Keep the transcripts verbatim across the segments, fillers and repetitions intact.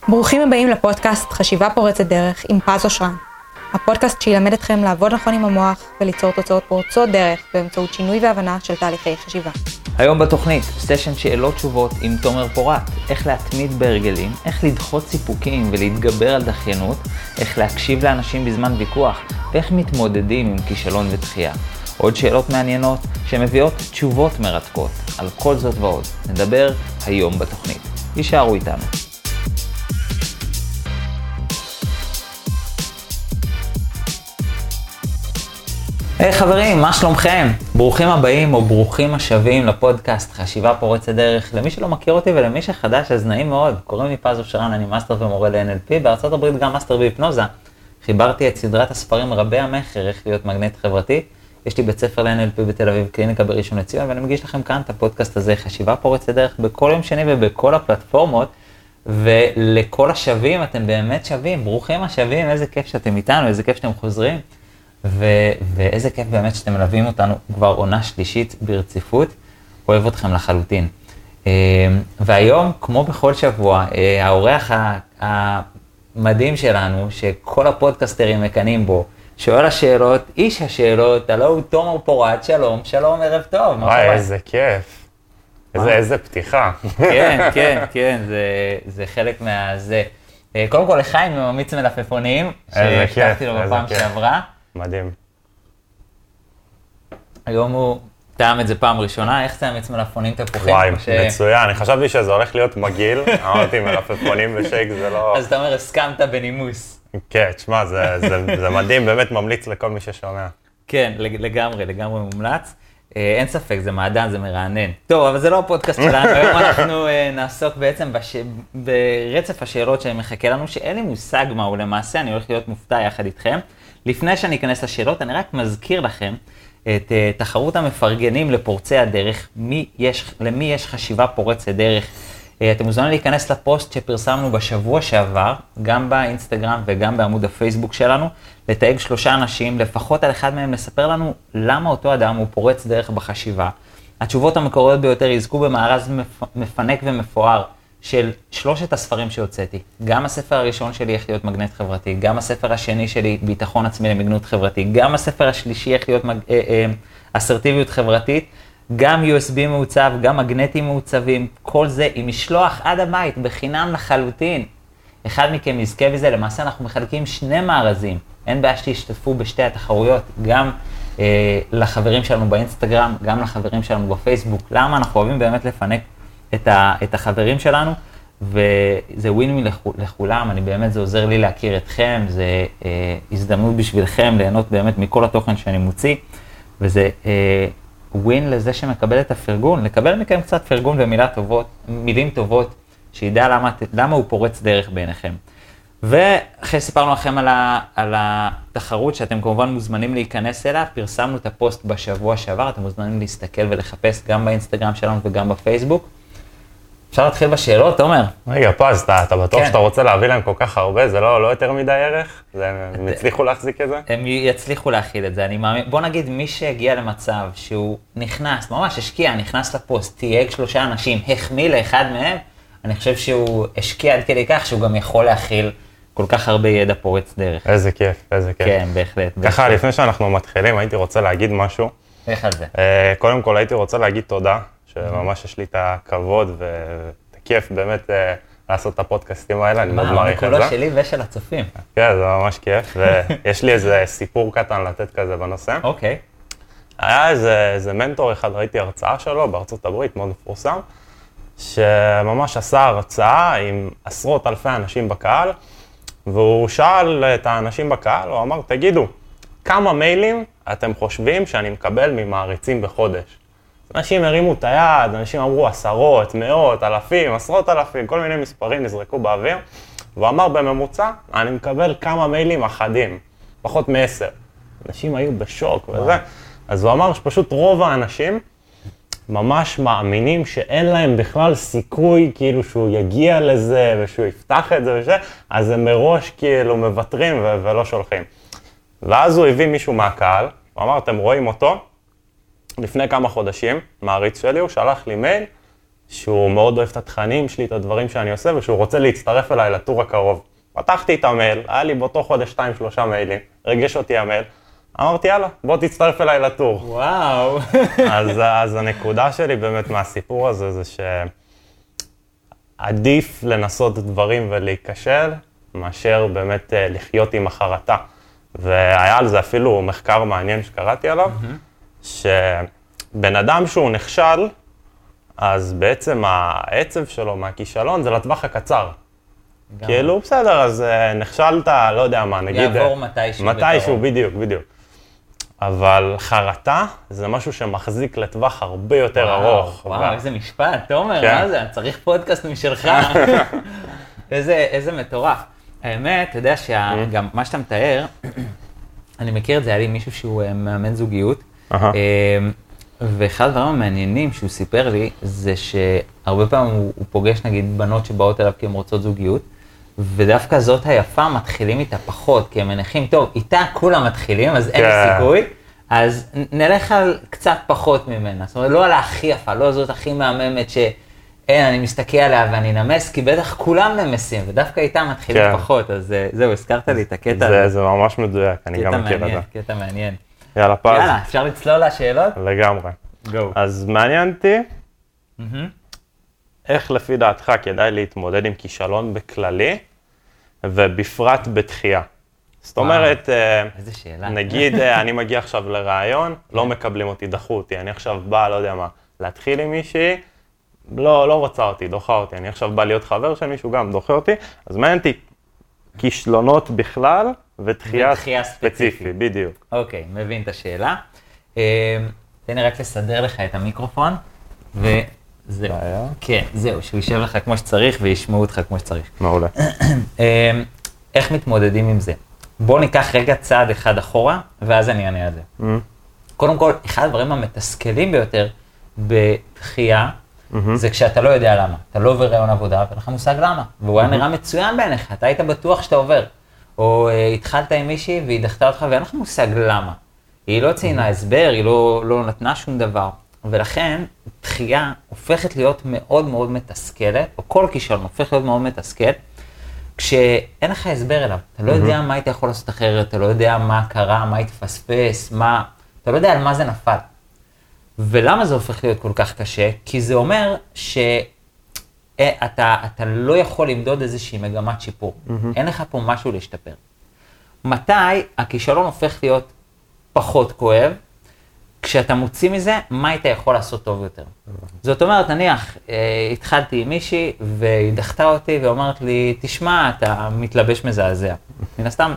ברוכים הבאים לפודקאסט חשיבה פורצת דרך עם פז אושרן. הפודקאסט שילמד אתכם לעבוד נכון עם המוח וליצור תוצאות פורצות דרך באמצעות שינוי והבנה של תהליכי חשיבה. היום בתוכנית, סשן שאלות תשובות עם תומר פורט, איך להתמיד בהרגלים, איך לדחות סיפוקים ולהתגבר על דחיינות, איך להקשיב לאנשים בזמן ויכוח, ואיך מתמודדים עם כישלון ודחייה. עוד שאלות מעניינות שמביאות תשובות מרתקות. על כל זאת ועוד, נדבר היום בתוכנית. יישארו איתנו. היי hey, חברים, מה שלומכם? ברוכים הבאים או ברוכים השבים לפודקאסט חשיבה פורצת דרך. למי שלא מכיר אותי ולמי שחדש אז נעים מאוד. קוראים לי פז אושרן, אני מאסטר ומורה ל-אן אל פי, בארצות הברית גם מאסטר בהיפנוזה. חיברתי את סדרת הספרים רבי המחר, איך להיות מגנט חברתי. יש לי בית ספר ל-אן אל פי בתל אביב, קליניקה בראשון לציון, ואני מגיש לכם כאן את הפודקאסט הזה, חשיבה פורצת דרך, בכל יום שני ובכל הפלטפורמות. ולכל השווים, אתם באמת שווים, ברוכים השווים, איזה כיף שאתם איתנו, איזה כיף שאתם חוזרים. ו- ואיזה כיף באמת שאתם מלווים אותנו כבר עונה שלישית ברציפות, אוהב אתכם לחלוטין. והיום, כמו בכל שבוע, האורח המדהים שלנו, שכל הפודקאסטרים מקנים בו, שואל השאלות, איש השאלות, הלא הוא תומר פורט, שלום, שלום, ערב טוב. וואי, איזה כיף. איזה, איזה פתיחה. כן, כן, כן, זה, זה חלק מהזה. קודם כל, לחיים עם המיץ מלפפונים, שהבטחתי לו בפעם שעברה. מדהים. היום הוא טעם את זה פעם ראשונה, איך זה המיץ מלפפונים תפוחים? וואי, מצוין, אני חשבתי שזה הולך להיות מגעיל, אמרתי מלפפונים ושייק זה לא... אז אתה אומר, הסכמת בנימוס. כן, תשמע, זה, זה, זה מדהים, באמת ממליץ לכל מי ששומע. כן, לגמרי, לגמרי מומלץ. אין ספק, זה מעדן, זה מרענן. טוב, אבל זה לא הפודקאסט שלנו, היום אנחנו נעסוק בעצם בש... ברצף השאלות שמחכה לנו, שאין לי מושג מהו למעשה, אני הולך להיות מופתע יחד איתכם. לפני שאני אכנס לשאלות, אני רק מזכיר לכם את uh, תחרות המפרגנים לפורצי הדרך, מי יש, למי יש חשיבה פורצת דרך. Uh, אתם מוזמנים להיכנס לפוסט שפרסמנו בשבוע שעבר, גם באינסטגרם וגם בעמוד הפייסבוק שלנו, לתייג שלושה אנשים, לפחות על אחד מהם לספר לנו למה אותו אדם הוא פורץ דרך בחשיבה. התשובות המקוריות ביותר יזכו במארז מפנק ומפואר, של שלושת הספרים שהוצאתי. גם הספר הראשון שלי, איך להיות מגנט חברתי, גם הספר השני שלי, ביטחון עצמי למגנות חברתי, גם הספר השלישי, איך להיות מג... אה, אה, אסרטיביות חברתית, גם יו אס בי מעוצב, גם מגנטים מעוצבים, כל זה עם משלוח עד הבית, בחינם לחלוטין. אחד מכם יזכה בזה, למעשה אנחנו מחלקים שני מארזים. אין בעיה שתשתתפו בשתי התחרויות, גם אה, לחברים שלנו באינסטגרם, גם לחברים שלנו בפייסבוק. למה? אנחנו אוהבים באמת לפנק את, ה, את החברים שלנו, וזה ווין לכולם, אני באמת, זה עוזר לי להכיר אתכם, זה אה, הזדמנות בשבילכם ליהנות באמת מכל התוכן שאני מוציא, וזה אה, ווין לזה שמקבל את הפרגון, לקבל מכם קצת פרגון ומילה טובות, מילים טובות, שידע למה, למה הוא פורץ דרך בעיניכם. ואחרי שסיפרנו לכם על, ה, על התחרות, שאתם כמובן מוזמנים להיכנס אליה, פרסמנו את הפוסט בשבוע שעבר, אתם מוזמנים להסתכל ולחפש גם באינסטגרם שלנו וגם בפייסבוק. אפשר להתחיל בשאלות, תומר? רגע, פז, אתה, אתה בטוח כן. שאתה רוצה להביא להם כל כך הרבה, זה לא, לא יותר מדי ערך? זה, הם יצליחו להחזיק את זה? הם יצליחו להכיל את זה, אני מאמין. בוא נגיד, מי שהגיע למצב שהוא נכנס, ממש השקיע, נכנס לפוסט, תייג שלושה אנשים, החמיא לאחד מהם, אני חושב שהוא השקיע עד כדי כך שהוא גם יכול להכיל כל כך הרבה ידע פורץ דרך. איזה כיף, איזה כיף. כן, בהחלט. ככה, בהחלט. לפני שאנחנו מתחילים, הייתי רוצה להגיד משהו. איך על זה? קודם כל, הייתי רוצה להגיד תודה, שממש יש לי את הכבוד ואת הכיף באמת לעשות את הפודקאסטים האלה, אני מאוד מעריך את זה. מה, שלי ושל הצופים. כן, זה ממש כיף, ויש לי איזה סיפור קטן לתת כזה בנושא. אוקיי. היה איזה, איזה מנטור אחד, ראיתי הרצאה שלו בארצות הברית, מאוד מפורסם, שממש עשה הרצאה עם עשרות אלפי אנשים בקהל, והוא שאל את האנשים בקהל, הוא אמר, תגידו, כמה מיילים אתם חושבים שאני מקבל ממעריצים בחודש? אנשים הרימו את היד, אנשים אמרו עשרות, מאות, אלפים, עשרות אלפים, כל מיני מספרים נזרקו באוויר, והוא אמר בממוצע, אני מקבל כמה מיילים אחדים, פחות מעשר. אנשים היו בשוק וזה. אז הוא אמר שפשוט רוב האנשים ממש מאמינים שאין להם בכלל סיכוי כאילו שהוא יגיע לזה ושהוא יפתח את זה וזה, אז הם מראש כאילו מוותרים ו- ולא שולחים. ואז הוא הביא מישהו מהקהל, הוא אמר, אתם רואים אותו? לפני כמה חודשים, מעריץ שלי, הוא שלח לי מייל, שהוא מאוד אוהב את התכנים שלי, את הדברים שאני עושה, ושהוא רוצה להצטרף אליי לטור הקרוב. פתחתי את המייל, היה לי באותו חודש שתיים, שלושה מיילים, רגש אותי המייל, אמרתי, יאללה, בוא תצטרף אליי לטור. וואו. אז, אז הנקודה שלי באמת מהסיפור הזה, זה שעדיף לנסות דברים ולהיכשל, מאשר באמת לחיות עם החרטה. והיה על זה אפילו מחקר מעניין שקראתי עליו, mm-hmm. שבן אדם שהוא נכשל, אז בעצם העצב שלו מהכישלון זה לטווח הקצר. גם. כאילו, בסדר, אז נכשלת, לא יודע מה, נגיד... יעבור מתישהו. מתישהו, בדיוק, בדיוק. אבל חרטה זה משהו שמחזיק לטווח הרבה יותר וואו, ארוך. וואו, ו... איזה משפט, תומר, כן. מה זה? אני צריך פודקאסט משלך. איזה, איזה מטורף. האמת, אתה יודע שגם מה שאתה מתאר, אני מכיר את זה, היה לי מישהו שהוא מאמן זוגיות, Uh-huh. ואחד הדברים המעניינים שהוא סיפר לי, זה שהרבה פעמים הוא, הוא פוגש נגיד בנות שבאות אליו כי הן רוצות זוגיות, ודווקא זאת היפה, מתחילים איתה פחות, כי הם מניחים, טוב, איתה כולם מתחילים, אז אין כן. סיכוי, אז נלך על קצת פחות ממנה, זאת אומרת, לא על הכי יפה, לא זאת הכי מהממת שאין, אני מסתכל עליה ואני נמס, כי בטח כולם נמסים, ודווקא איתה מתחילים כן. פחות, אז זהו, הזכרת לי את הקטע. זה, זה ממש מדויק, אני קטע גם מכיר את מעניין, זה. קטע מעניין. יאללה, פז. יאללה, אפשר לצלול לשאלות? לגמרי. גו. אז מעניין אותי, איך לפי דעתך כדאי להתמודד עם כישלון בכללי, ובפרט בתחייה. זאת אומרת, איזה שאלה. נגיד אני מגיע עכשיו לרעיון, לא מקבלים אותי, דחו אותי, אני עכשיו בא, לא יודע מה, להתחיל עם מישהי, לא, לא רוצה אותי, דוחה אותי, אני עכשיו בא להיות חבר של מישהו, גם דוחה אותי, אז מעניין אותי כישלונות בכלל, ותחייה ספציפי, בדיוק. אוקיי, מבין את השאלה. תן לי רק לסדר לך את המיקרופון, וזהו. כן, זהו, שהוא יישב לך כמו שצריך וישמעו אותך כמו שצריך. מעולה. איך מתמודדים עם זה? בואו ניקח רגע צעד אחד אחורה, ואז אני אענה על זה. Mm-hmm. קודם כל, אחד הדברים המתסכלים ביותר בתחייה, mm-hmm. זה כשאתה לא יודע למה. אתה לא עובר רעיון עבודה, ואין לך מושג למה. והוא היה mm-hmm. נראה מצוין בעיניך, אתה היית בטוח שאתה עובר. או uh, התחלת עם מישהי והיא דחתה אותך, ואין לך מושג למה. היא לא ציינה mm-hmm. הסבר, היא לא, לא נתנה שום דבר. ולכן, תחייה הופכת להיות מאוד מאוד מתסכלת, או כל כישלון הופך להיות מאוד מתסכל, כשאין לך הסבר אליו, אתה לא יודע מה היית יכול לעשות אחרת, אתה לא יודע מה קרה, מה התפספס, מה... אתה לא יודע על מה זה נפל. ולמה זה הופך להיות כל כך קשה? כי זה אומר שאתה אתה לא יכול למדוד איזושהי מגמת שיפור. אין לך פה משהו להשתפר. מתי הכישלון הופך להיות פחות כואב? כשאתה מוציא מזה, מה היית יכול לעשות טוב יותר? זאת אומרת, נניח, התחלתי עם מישהי והיא דחתה אותי ואומרת לי, תשמע, אתה מתלבש מזעזע. מן הסתם,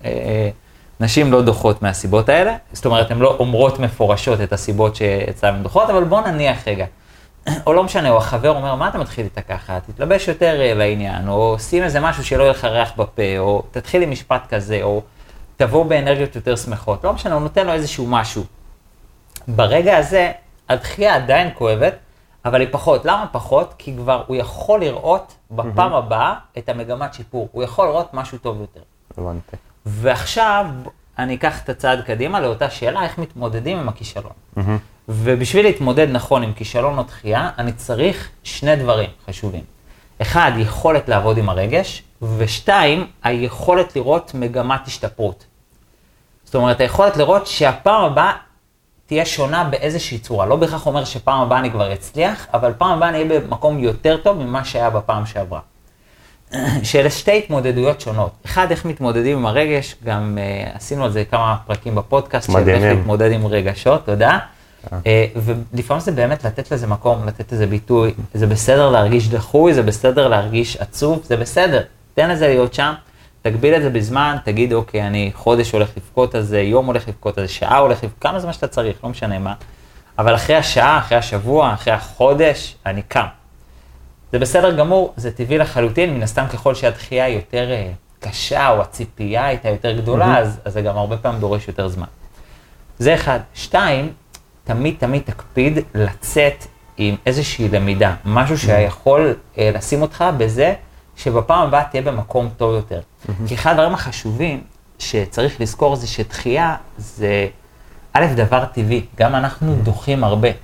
נשים לא דוחות מהסיבות האלה, זאת אומרת, הן לא אומרות מפורשות את הסיבות שאצלם הן דוחות, אבל בוא נניח רגע. או לא משנה, או החבר אומר, מה אתה מתחיל איתה ככה? תתלבש יותר לעניין, או שים איזה משהו שלא יהיה לך ריח בפה, או תתחיל עם משפט כזה, או תבוא באנרגיות יותר שמחות. לא משנה, הוא נותן לו איזשהו משהו. ברגע הזה, הדחייה עדיין כואבת, אבל היא פחות. למה פחות? כי כבר הוא יכול לראות בפעם הבאה את המגמת שיפור. הוא יכול לראות משהו טוב יותר. הבנתי. ועכשיו אני אקח את הצעד קדימה לאותה שאלה, איך מתמודדים עם הכישלון. ובשביל להתמודד נכון עם כישלון או דחייה, אני צריך שני דברים חשובים. אחד, יכולת לעבוד עם הרגש, ושתיים, היכולת לראות מגמת השתפרות. זאת אומרת, היכולת לראות שהפעם הבאה תהיה שונה באיזושהי צורה. לא בהכרח אומר שפעם הבאה אני כבר אצליח, אבל פעם הבאה אני אהיה במקום יותר טוב ממה שהיה בפעם שעברה. שאלה שתי התמודדויות שונות. אחד, איך מתמודדים עם הרגש, גם uh, עשינו על זה כמה פרקים בפודקאסט, של איך להתמודד עם רגשות, תודה. Uh, ולפעמים זה באמת לתת לזה מקום, לתת לזה ביטוי, זה בסדר להרגיש דחוי, זה בסדר להרגיש עצוב, זה בסדר. תן לזה להיות שם, תגביל את זה בזמן, תגיד, אוקיי, אני חודש הולך לבכות על זה, יום הולך לבכות על זה, שעה הולך לבכות, כמה זמן שאתה צריך, לא משנה מה. אבל אחרי השעה, אחרי השבוע, אחרי החודש, אני קם. זה בסדר גמור, זה טבעי לחלוטין, מן הסתם ככל שהדחייה היא יותר קשה, או הציפייה הייתה יותר גדולה, mm-hmm. אז, אז זה גם הרבה פעמים דורש יותר זמן. זה אחד. שתיים, תמיד תמיד תקפיד לצאת עם איזושהי למידה, משהו שיכול אה, לשים אותך בזה, שבפעם הבאה תהיה במקום טוב יותר. Mm-hmm. כי אחד הדברים החשובים שצריך לזכור זה שדחייה זה א' דבר טבעי, גם אנחנו דוחים הרבה.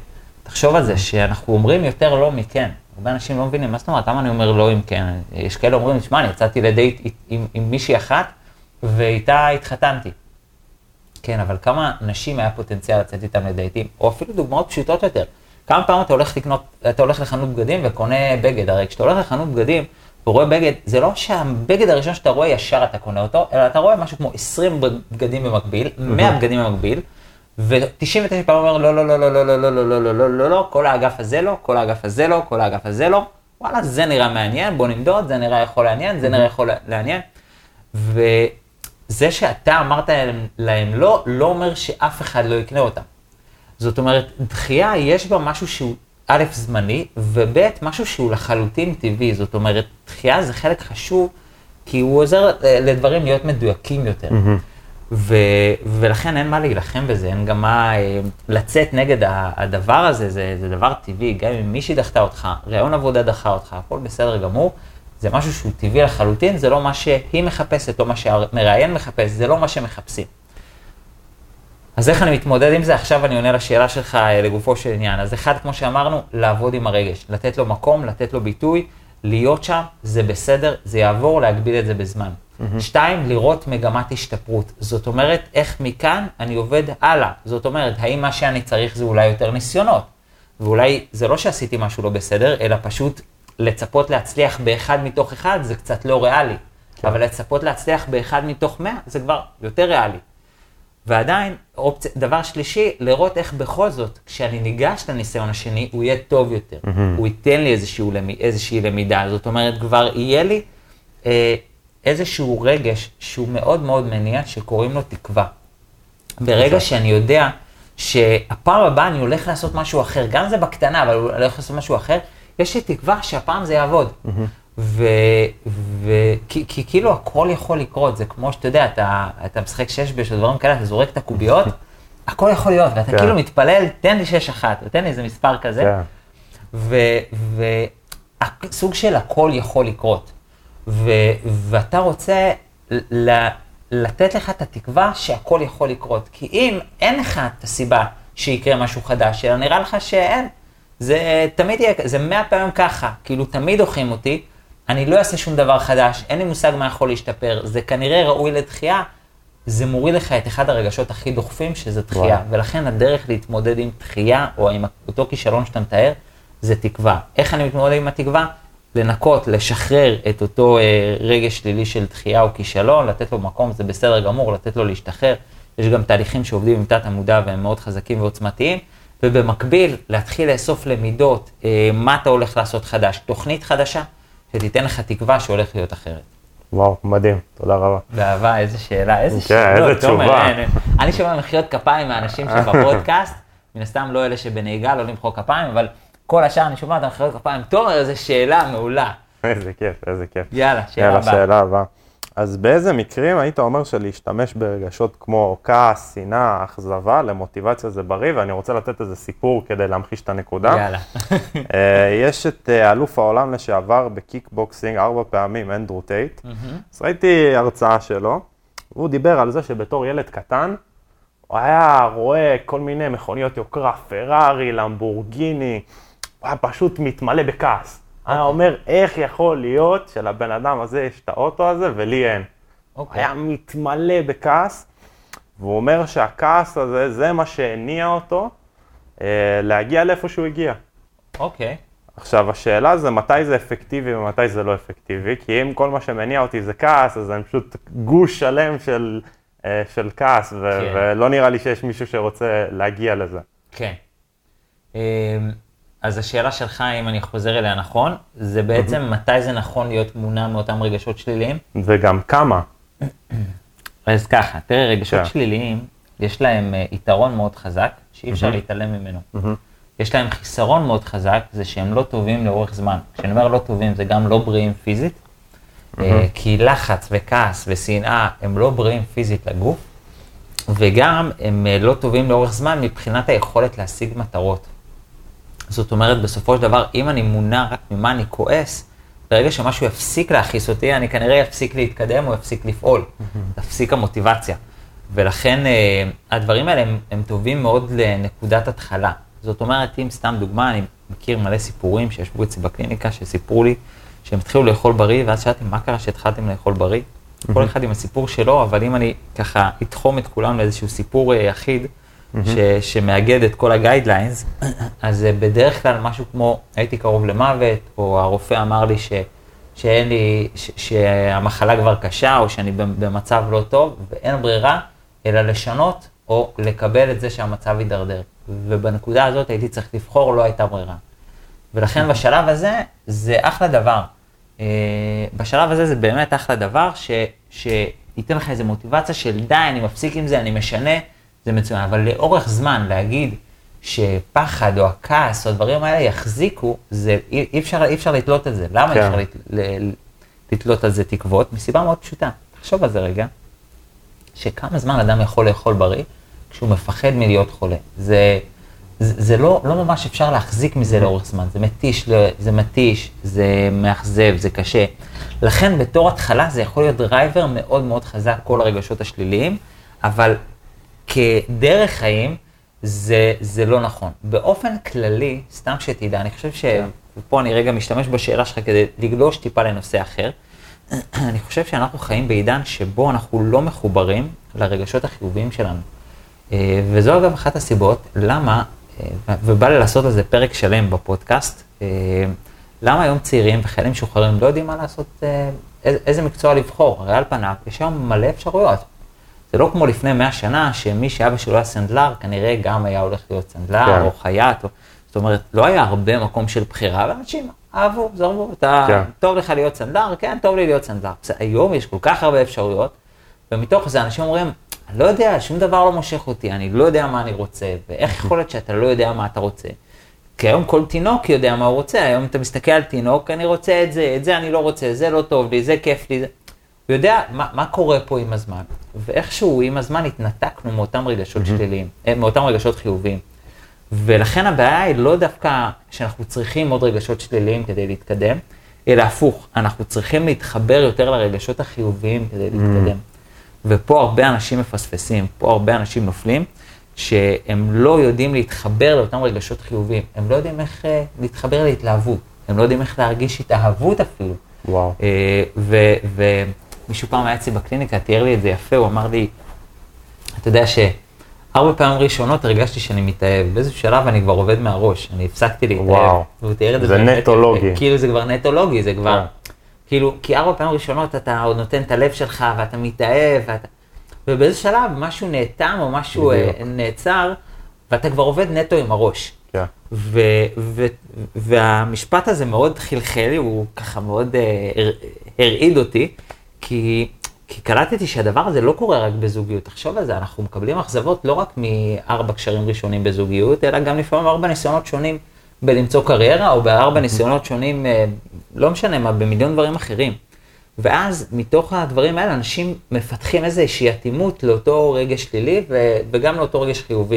תחשוב על זה, שאנחנו אומרים יותר לא מכן. הרבה אנשים לא מבינים, מה זאת אומרת, למה אני אומר לא אם כן? יש כאלה אומרים, שמע, אני יצאתי לדייט עם, עם מישהי אחת, ואיתה התחתנתי. כן, אבל כמה נשים היה פוטנציאל לצאת איתם לדייטים, או אפילו דוגמאות פשוטות יותר. כמה פעמים אתה הולך לקנות, אתה הולך לחנות בגדים וקונה בגד, הרי כשאתה הולך לחנות בגדים ורואה בגד, זה לא שהבגד הראשון שאתה רואה ישר אתה קונה אותו, אלא אתה רואה משהו כמו עשרים בגדים במקביל, מאה בגדים במקביל, ו-תשעים ותשע פעמים אומר לא, לא, לא, לא, לא, לא, לא, לא, לא, לא, לא, לא, לא, כל האגף הזה לא, כל האגף הזה לא, כל האגף הזה לא, וואלה, זה נראה מעניין, בוא נמדוד, זה נראה יכול לעניין, זה נראה יכול לעניין, וזה שאתה אמרת להם לא, לא אומר שאף אחד לא יקנה אותם. זאת אומרת, דחייה יש בה משהו שהוא א' זמני, וב' משהו שהוא לחלוטין טבעי. זאת אומרת, דחייה זה חלק חשוב, כי הוא עוזר לדברים להיות מדויקים יותר. Mm-hmm. ו- ולכן אין מה להילחם בזה, אין גם מה לצאת נגד הדבר הזה, זה, זה דבר טבעי. גם אם מישהי דחתה אותך, רעיון עבודה דחה אותך, הכל בסדר גמור, זה משהו שהוא טבעי לחלוטין, זה לא מה שהיא מחפשת, לא מה שהמראיין מחפש, זה לא מה שמחפשים. אז איך אני מתמודד עם זה? עכשיו אני עונה לשאלה שלך לגופו של עניין. אז אחד, כמו שאמרנו, לעבוד עם הרגש, לתת לו מקום, לתת לו ביטוי, להיות שם, זה בסדר, זה יעבור, להגביל את זה בזמן. Mm-hmm. שתיים, לראות מגמת השתפרות. זאת אומרת, איך מכאן אני עובד הלאה. זאת אומרת, האם מה שאני צריך זה אולי יותר ניסיונות? ואולי זה לא שעשיתי משהו לא בסדר, אלא פשוט לצפות להצליח באחד מתוך אחד, זה קצת לא ריאלי. כן. אבל לצפות להצליח באחד מתוך מאה, זה כבר יותר ריאלי. ועדיין, אופציה, דבר שלישי, לראות איך בכל זאת, כשאני ניגש לניסיון השני, הוא יהיה טוב יותר. Mm-hmm. הוא ייתן לי איזשהו, איזושהי למידה. זאת אומרת, כבר יהיה לי אה, איזשהו רגש שהוא מאוד מאוד מניע, שקוראים לו תקווה. ברגע שאני יודע שהפעם הבאה אני הולך לעשות משהו אחר, גם זה בקטנה, אבל אני הולך לעשות משהו אחר, יש לי תקווה שהפעם זה יעבוד. Mm-hmm. ו... ו... כי, כי כאילו הכל יכול לקרות, זה כמו שאתה יודע, אתה, אתה משחק שש בש או דברים כאלה, אתה זורק את הקוביות, הכל יכול להיות, ואתה yeah. כאילו מתפלל, תן לי שש אחת, ותן לי איזה מספר כזה, yeah. וסוג של הכל יכול לקרות, ו... ואתה רוצה ל... לתת לך את התקווה שהכל יכול לקרות, כי אם אין לך את הסיבה שיקרה משהו חדש, אלא נראה לך שאין, זה תמיד יהיה, זה מאה פעמים ככה, כאילו תמיד דוחים אותי, אני לא אעשה שום דבר חדש, אין לי מושג מה יכול להשתפר, זה כנראה ראוי לדחייה, זה מוריד לך את אחד הרגשות הכי דוחפים שזה דחייה, וואו. ולכן הדרך להתמודד עם דחייה או עם אותו כישלון שאתה מתאר, זה תקווה. איך אני מתמודד עם התקווה? לנקות, לשחרר את אותו אה, רגש שלילי של דחייה או כישלון, לתת לו מקום, זה בסדר גמור, לתת לו להשתחרר, יש גם תהליכים שעובדים עם תת המודע והם מאוד חזקים ועוצמתיים, ובמקביל להתחיל לאסוף למידות, אה, מה אתה הולך לעשות חדש, תוכנית חדשה, שתיתן לך תקווה שהולך להיות אחרת. וואו, מדהים, תודה רבה. באהבה, איזה שאלה, איזה כן, שאלות. איזה תשובה. אני שומע מחיאות כפיים מהאנשים שבפודקאסט, מן הסתם לא אלה שבנהיגה, לא למחוא כפיים, אבל כל השאר אני שומע את המחיאות כפיים. תומר, איזה שאלה מעולה. איזה כיף, איזה כיף. יאללה, שאלה הבאה. יאללה, שאלה הבאה. אז באיזה מקרים היית אומר שלהשתמש ברגשות כמו כעס, שנאה, אכזבה, למוטיבציה זה בריא, ואני רוצה לתת איזה סיפור כדי להמחיש את הנקודה. יאללה. יש את אלוף העולם לשעבר בקיקבוקסינג ארבע פעמים, אנדרו טייט. אז ראיתי הרצאה שלו, והוא דיבר על זה שבתור ילד קטן, הוא היה רואה כל מיני מכוניות יוקרה, פרארי, למבורגיני, הוא היה פשוט מתמלא בכעס. היה אומר, איך יכול להיות שלבן אדם הזה יש את האוטו הזה ולי אין. Okay. היה מתמלא בכעס, והוא אומר שהכעס הזה, זה מה שהניע אותו אה, להגיע לאיפה שהוא הגיע. אוקיי. Okay. עכשיו, השאלה זה מתי זה אפקטיבי ומתי זה לא אפקטיבי, כי אם כל מה שמניע אותי זה כעס, אז אני פשוט גוש שלם של, אה, של כעס, ו- okay. ולא נראה לי שיש מישהו שרוצה להגיע לזה. כן. Okay. אז השאלה שלך, אם אני חוזר אליה נכון, זה בעצם מתי זה נכון להיות מונע מאותם רגשות שליליים? וגם כמה. אז ככה, תראה, רגשות שליליים, יש להם יתרון מאוד חזק, שאי אפשר להתעלם ממנו. יש להם חיסרון מאוד חזק, זה שהם לא טובים לאורך זמן. כשאני אומר לא טובים, זה גם לא בריאים פיזית, כי לחץ וכעס ושנאה הם לא בריאים פיזית לגוף, וגם הם לא טובים לאורך זמן מבחינת היכולת להשיג מטרות. זאת אומרת, בסופו של דבר, אם אני מונע רק ממה אני כועס, ברגע שמשהו יפסיק להכיס אותי, אני כנראה יפסיק להתקדם או יפסיק לפעול. תפסיק המוטיבציה. ולכן, הדברים האלה הם, הם טובים מאוד לנקודת התחלה. זאת אומרת, אם סתם דוגמה, אני מכיר מלא סיפורים שישבו אצלי בקליניקה, שסיפרו לי שהם התחילו לאכול בריא, ואז שאלתי, מה קרה שהתחלתם לאכול בריא? כל אחד עם הסיפור שלו, אבל אם אני ככה אתחום את כולם לאיזשהו סיפור אחיד, שמאגד את כל הגיידליינס, אז בדרך כלל משהו כמו, הייתי קרוב למוות, או הרופא אמר לי שאין לי, שהמחלה כבר קשה, או שאני במצב לא טוב, ואין ברירה, אלא לשנות, או לקבל את זה שהמצב יידרדר. ובנקודה הזאת הייתי צריך לבחור, לא הייתה ברירה. ולכן בשלב הזה, זה אחלה דבר. בשלב הזה זה באמת אחלה דבר, שייתן לך איזו מוטיבציה של די, אני מפסיק עם זה, אני משנה, זה מצוין. אבל לאורך זמן להגיד שפחד או הכעס או הדברים האלה יחזיקו, זה, אי אפשר, אי אפשר לתלות את זה. למה אי אפשר לתלות על זה תקוות? מסיבה מאוד פשוטה. תחשוב על זה רגע, שכמה זמן אדם יכול לאכול בריא, כשהוא מפחד מלהיות חולה. זה, זה, זה לא, לא ממש אפשר להחזיק מזה לאורך זמן. זה מתיש, זה מתיש, זה מאכזב, זה קשה. לכן בתור התחלה זה יכול להיות דרייבר מאוד מאוד חזק, כל הרגשות השליליים, אבל כדרך חיים זה, זה לא נכון. באופן כללי, סתם שתדע, אני חושב ש... ופה אני רגע משתמש בשאלה שלך כדי לגלוש טיפה לנושא אחר. אני חושב שאנחנו חיים בעידן שבו אנחנו לא מחוברים לרגשות החיוביים שלנו. וזו אגב אחת הסיבות, למה, ובא לי לעשות על זה פרק שלם בפודקאסט, למה היום צעירים וחיילים משוחררים לא יודעים מה לעשות, איזה מקצוע לבחור. הרי על פניו יש היום מלא אפשרויות. זה לא כמו לפני מאה שנה, שמי שאבא שלו היה סנדלר, כנראה גם היה הולך להיות סנדלר כן. או חייט. או... זאת אומרת, לא היה הרבה מקום של בחירה, ואנשים אהבו, זרמו, אתה כן. טוב לך להיות סנדלר? כן, טוב לי להיות סנדלר. היום יש כל כך הרבה אפשרויות, ומתוך זה אנשים אומרים, אני לא יודע, שום דבר לא מושך אותי, אני לא יודע מה אני רוצה, ואיך יכול להיות שאתה לא יודע מה אתה רוצה? כי היום כל תינוק יודע מה הוא רוצה, היום אתה מסתכל על תינוק, אני רוצה את זה, את זה אני לא רוצה, זה לא טוב לי, זה כיף לי, זה... הוא יודע מה, מה קורה פה עם הזמן, ואיכשהו עם הזמן התנתקנו מאותם רגשות mm-hmm. שליליים, מאותם רגשות חיוביים. ולכן הבעיה היא לא דווקא שאנחנו צריכים עוד רגשות שליליים כדי להתקדם, אלא הפוך, אנחנו צריכים להתחבר יותר לרגשות החיוביים כדי להתקדם. ופה הרבה אנשים מפספסים, פה הרבה אנשים נופלים, שהם לא יודעים להתחבר לאותם רגשות חיוביים, הם לא יודעים איך להתחבר להתלהבות, הם לא יודעים איך להרגיש התאהבות אפילו. וואו. ומישהו פעם היה אצלי בקליניקה, תיאר לי את זה יפה, הוא אמר לי, אתה יודע שהרבה פעמים ראשונות הרגשתי שאני מתאהב, באיזשהו שלב אני כבר עובד מהראש, אני הפסקתי להתאהב. וואו, זה נטולוגי. כאילו זה כבר נטולוגי, זה כבר, כאילו, כי ארבע פעמים ראשונות אתה עוד נותן את הלב שלך ואתה מתאהב, ואתה... ובאיזה שלב משהו נאטם או משהו נעצר, ואתה כבר עובד נטו עם הראש. Yeah. ו- ו- והמשפט הזה מאוד חלחל לי, הוא ככה מאוד uh, הרעיד אותי, כי, כי קלטתי שהדבר הזה לא קורה רק בזוגיות. תחשוב על זה, אנחנו מקבלים אכזבות לא רק מארבע קשרים ראשונים בזוגיות, אלא גם לפעמים ארבע ניסיונות שונים בלמצוא קריירה, או בארבע ניסיונות שונים, לא משנה מה, במיליון דברים אחרים. ואז מתוך הדברים האלה, אנשים מפתחים איזושהי אטימות לאותו רגש שלילי, ו- וגם לאותו רגש חיובי.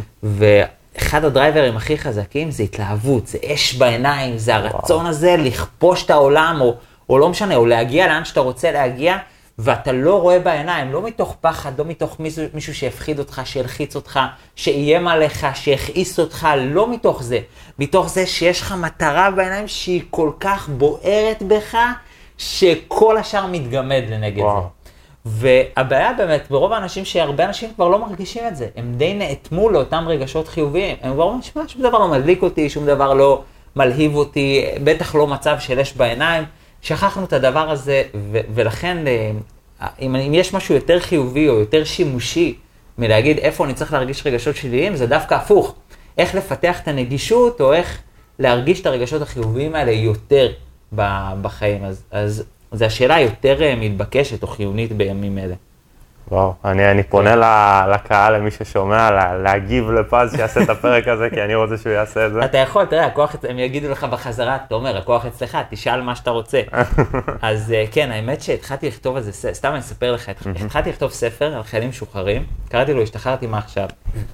ואחד הדרייברים הכי חזקים זה התלהבות, זה אש בעיניים, זה הרצון הזה לכפוש את העולם, או, או לא משנה, או להגיע לאן שאתה רוצה להגיע, ואתה לא רואה בעיניים, לא מתוך פחד, לא מתוך מישהו, מישהו שיפחיד אותך, שילחיץ אותך, שאיים עליך, שיכעיס אותך, לא מתוך זה. מתוך זה שיש לך מטרה בעיניים שהיא כל כך בוערת בך, שכל השאר מתגמד לנגד וואו. זה. והבעיה באמת, ברוב האנשים שהרבה אנשים כבר לא מרגישים את זה, הם די נאטמו לאותם רגשות חיוביים, הם כבר אומרים, שמה, שום דבר לא מדליק אותי, שום דבר לא מלהיב אותי, בטח לא מצב של אש בעיניים, שכחנו את הדבר הזה, ו- ולכן אם, אם יש משהו יותר חיובי או יותר שימושי מלהגיד איפה אני צריך להרגיש רגשות שליליים, זה דווקא הפוך. איך לפתח את הנגישות או איך להרגיש את הרגשות החיוביים האלה יותר בחיים. אז, אז זו השאלה יותר מתבקשת או חיונית בימים אלה. וואו, אני, אני פונה לקהל, למי ששומע, להגיב לפז שיעשה את הפרק הזה, כי אני רוצה שהוא יעשה את זה. אתה יכול, תראה, הכוח, הם יגידו לך בחזרה, אתה אומר, הכוח אצלך, תשאל מה שאתה רוצה. אז כן, האמת שהתחלתי לכתוב על זה, סתם אני אספר לך, התחלתי לכתוב ספר על חיילים משוחררים, קראתי לו, השתחררתי מה עכשיו.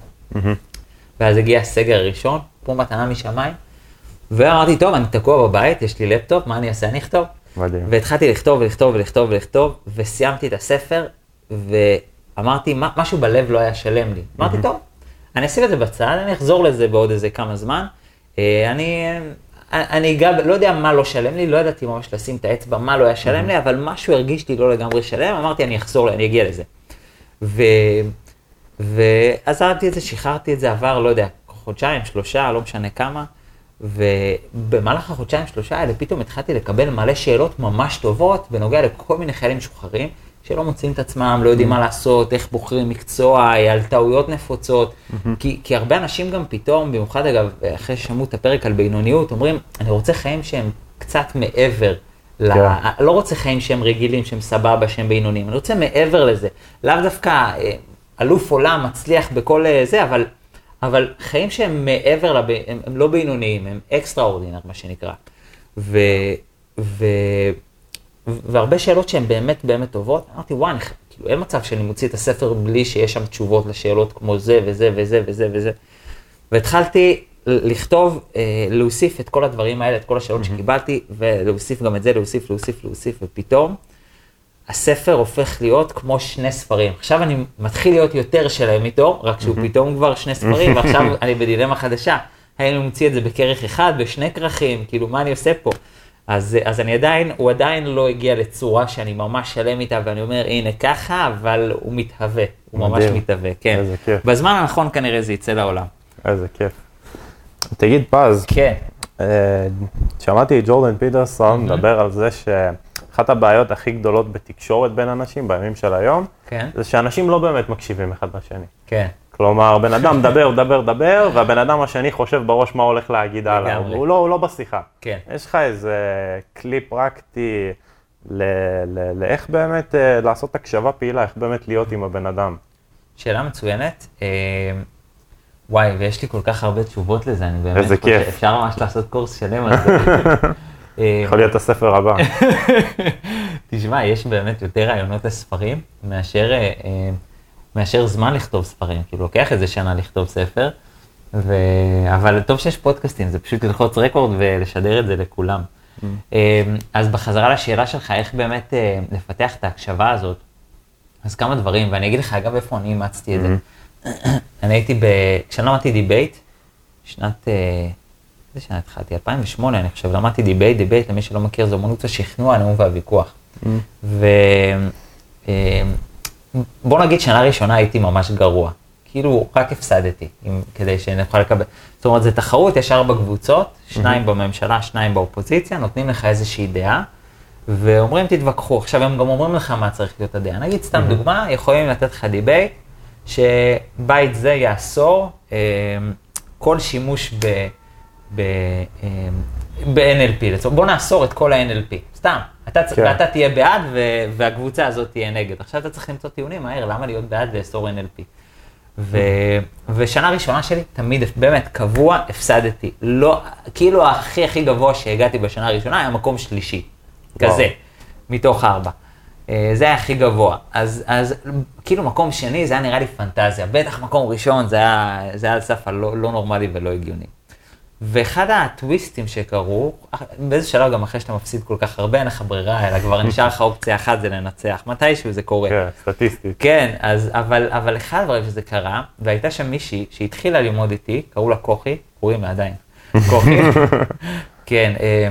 ואז הגיע הסגר הראשון, פה מתנה משמיים, ואמרתי, טוב, אני תקוע בבית, יש לי לפטופ, מה אני אעשה? אני אכתוב. מדהים. והתחלתי לכתוב ולכתוב ולכתוב ולכתוב, וסיימתי את הספר, ואמרתי, משהו בלב לא היה שלם לי. אמרתי, טוב, אני אשים את זה בצד, אני אחזור לזה בעוד איזה כמה זמן. אני, אני אגע, לא יודע מה לא שלם לי, לא ידעתי ממש לשים את האצבע, מה לא היה שלם לי, אבל משהו הרגיש לי לא לגמרי שלם, אמרתי, אני אחזור, אני אגיע לזה. ו, ועזרתי את זה, שחררתי את זה, עבר, לא יודע, חודשיים, שלושה, לא משנה כמה, ובמהלך החודשיים, שלושה האלה, פתאום התחלתי לקבל מלא שאלות ממש טובות, בנוגע לכל מיני חיילים משוחררים, שלא מוצאים את עצמם, לא יודעים מה לעשות, איך בוחרים מקצוע, על טעויות נפוצות, כי, כי הרבה אנשים גם פתאום, במיוחד אגב, אחרי ששמעו את הפרק על בינוניות, אומרים, אני רוצה חיים שהם קצת מעבר, ל... לא רוצה חיים שהם רגילים, שהם סבבה, שהם בינוניים, אני רוצה מעבר לזה, לאו דווקא אלוף עולם, מצליח בכל זה, אבל, אבל חיים שהם מעבר, לב... הם, הם לא בינוניים, הם אקסטראורדינר, מה שנקרא. ו... ו... והרבה שאלות שהן באמת באמת טובות, אמרתי, וואי, אני, כאילו, אין מצב שאני מוציא את הספר בלי שיש שם תשובות לשאלות כמו זה וזה וזה וזה וזה. והתחלתי לכתוב, אה, להוסיף את כל הדברים האלה, את כל השאלות mm-hmm. שקיבלתי, ולהוסיף גם את זה, להוסיף, להוסיף, להוסיף, ופתאום הספר הופך להיות כמו שני ספרים. עכשיו אני מתחיל להיות יותר שלם איתו, רק שהוא mm-hmm. פתאום כבר שני ספרים, ועכשיו אני בדילמה חדשה. האם אני מוציא את זה בכרך אחד, בשני כרכים, כאילו מה אני עושה פה? אז, אז אני עדיין, הוא עדיין לא הגיע לצורה שאני ממש שלם איתה, ואני אומר, הנה ככה, אבל הוא מתהווה, הוא ממש מתהווה, כן. איזה כיף. בזמן הנכון כנראה זה יצא לעולם. איזה כיף. תגיד פז, כן. שמעתי את ג'ורדן פיטרסון מדבר על זה שאחת הבעיות הכי גדולות בתקשורת בין אנשים, בימים של היום, כן. זה שאנשים לא באמת מקשיבים אחד לשני. כן. כלומר, בן אדם מדבר, מדבר, מדבר, והבן אדם השני חושב בראש מה הולך להגיד עליו. הוא לא, הוא לא בשיחה. כן. יש לך איזה כלי פרקטי לאיך באמת לעשות הקשבה פעילה, איך באמת להיות עם הבן אדם. שאלה מצוינת. וואי, ויש לי כל כך הרבה תשובות לזה, אני באמת איזה כיף. אפשר ממש לעשות קורס שלם על זה. יכול להיות הספר הבא. תשמע, יש באמת יותר רעיונות לספרים מאשר... מאשר זמן לכתוב ספרים, כאילו לוקח איזה שנה לכתוב ספר, ו... אבל טוב שיש פודקאסטים, זה פשוט ללחוץ רקורד ולשדר את זה לכולם. Mm. אז בחזרה לשאלה שלך, איך באמת לפתח את ההקשבה הזאת, אז כמה דברים, ואני אגיד לך אגב איפה אני אימצתי את זה. אני הייתי ב... כשאני למדתי דיבייט, שנת... איזה שנה התחלתי? אלפיים ושמונה אני חושב, למדתי דיבייט, דיבייט, למי שלא מכיר, זו אומנות השכנוע, הנאום והוויכוח. Mm. ו... בוא נגיד שנה ראשונה הייתי ממש גרוע, כאילו רק הפסדתי, עם, כדי שנוכל לקבל, זאת אומרת, זה תחרות, יש ארבע קבוצות, שניים mm-hmm. בממשלה, שניים באופוזיציה, נותנים לך איזושהי דעה, ואומרים תתווכחו, עכשיו הם גם אומרים לך מה צריך להיות הדעה, נגיד סתם mm-hmm. דוגמה, יכולים לתת לך דיבייט, שבית זה יאסור אה, כל שימוש ב, ב, אה, ב-אן אל פי, בוא נאסור את כל ה-אן אל פי, סתם. אתה, כן. ואתה תהיה בעד ו- והקבוצה הזאת תהיה נגד. עכשיו אתה צריך למצוא טיעונים, מהר, למה להיות בעד לאסור אן אל פי? ו- ושנה ראשונה שלי, תמיד, באמת, קבוע, הפסדתי. לא, כאילו הכי הכי גבוה שהגעתי בשנה הראשונה היה מקום שלישי. וואו. כזה, מתוך ארבע. זה היה הכי גבוה. אז, אז כאילו מקום שני, זה היה נראה לי פנטזיה. בטח מקום ראשון, זה היה, זה היה על סף הלא לא נורמלי ולא הגיוני. ואחד הטוויסטים שקרו, באיזה שלב גם אחרי שאתה מפסיד כל כך הרבה, אין לך ברירה, אלא כבר נשאר לך אופציה אחת, זה לנצח. מתישהו זה קורה. כן, סטטיסטית. כן, אז, אבל, אבל אחד הדברים שזה קרה, והייתה שם מישהי שהתחילה ללמוד איתי, קראו לה כוכי, קוראים לה עדיין, כוכי. כן,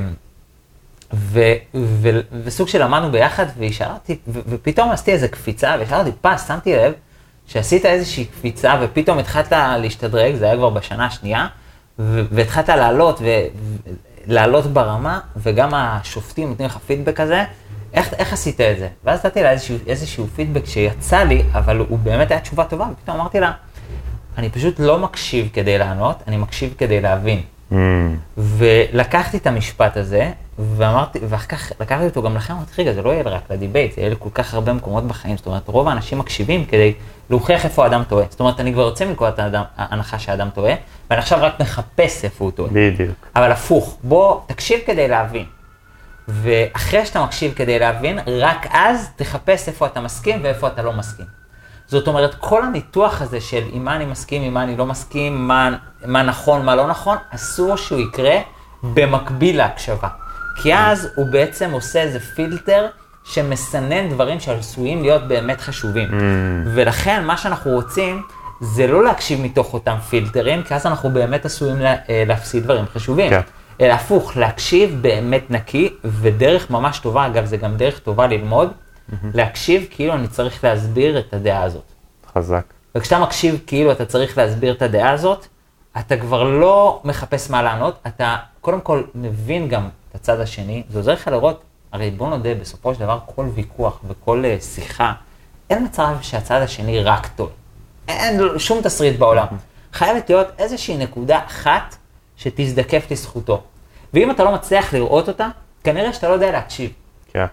ו, ו, וסוג שלמדנו ביחד, והיא שאלה אותי, ו, ופתאום עשיתי איזו קפיצה, והיא שאלה אותי, פס, שמתי לב, שעשית איזושהי קפיצה, ופתאום התחלת להשתדרג, זה היה כבר בשנה השנייה, והתחלת לעלות ולעלות ברמה, וגם השופטים נותנים לך פידבק כזה, איך, איך עשית את זה? ואז נתתי לה איזשהו, איזשהו פידבק שיצא לי, אבל הוא באמת היה תשובה טובה, ופתאום אמרתי לה, אני פשוט לא מקשיב כדי לענות, אני מקשיב כדי להבין. Mm. ולקחתי את המשפט הזה, ואמרתי, ואחר כך לקחתי אותו גם לכם, אמרתי, רגע, זה לא יהיה רק לדיבייט, זה יהיה לכל כך הרבה מקומות בחיים, זאת אומרת, רוב האנשים מקשיבים כדי להוכיח איפה האדם טועה. זאת אומרת, אני כבר יוצא מנקודת ההנחה שהאדם טועה, ואני עכשיו רק מחפש איפה הוא טועה. בדיוק. אבל הפוך, בוא תקשיב כדי להבין. ואחרי שאתה מקשיב כדי להבין, רק אז תחפש איפה אתה מסכים ואיפה אתה לא מסכים. זאת אומרת, כל הניתוח הזה של עם מה אני מסכים, עם מה אני לא מסכים, מה, מה נכון, מה לא נכון, אסור שהוא יקרה במקביל להקשבה. כי אז הוא בעצם עושה איזה פילטר שמסנן דברים שעשויים להיות באמת חשובים. Mm. ולכן מה שאנחנו רוצים זה לא להקשיב מתוך אותם פילטרים, כי אז אנחנו באמת עשויים לה, להפסיד דברים חשובים. כן. אלא הפוך, להקשיב באמת נקי, ודרך ממש טובה, אגב, זה גם דרך טובה ללמוד, mm-hmm. להקשיב כאילו אני צריך להסביר את הדעה הזאת. חזק. וכשאתה מקשיב כאילו אתה צריך להסביר את הדעה הזאת, אתה כבר לא מחפש מה לענות, אתה קודם כל מבין גם את הצד השני, זה עוזר לך לראות, הרי בוא נודה, בסופו של דבר כל ויכוח וכל uh, שיחה, אין מצב שהצד השני רק טוב. אין שום תסריט בעולם. חייבת להיות איזושהי נקודה אחת שתזדקף לזכותו. ואם אתה לא מצליח לראות אותה, כנראה שאתה לא יודע להקשיב. כן.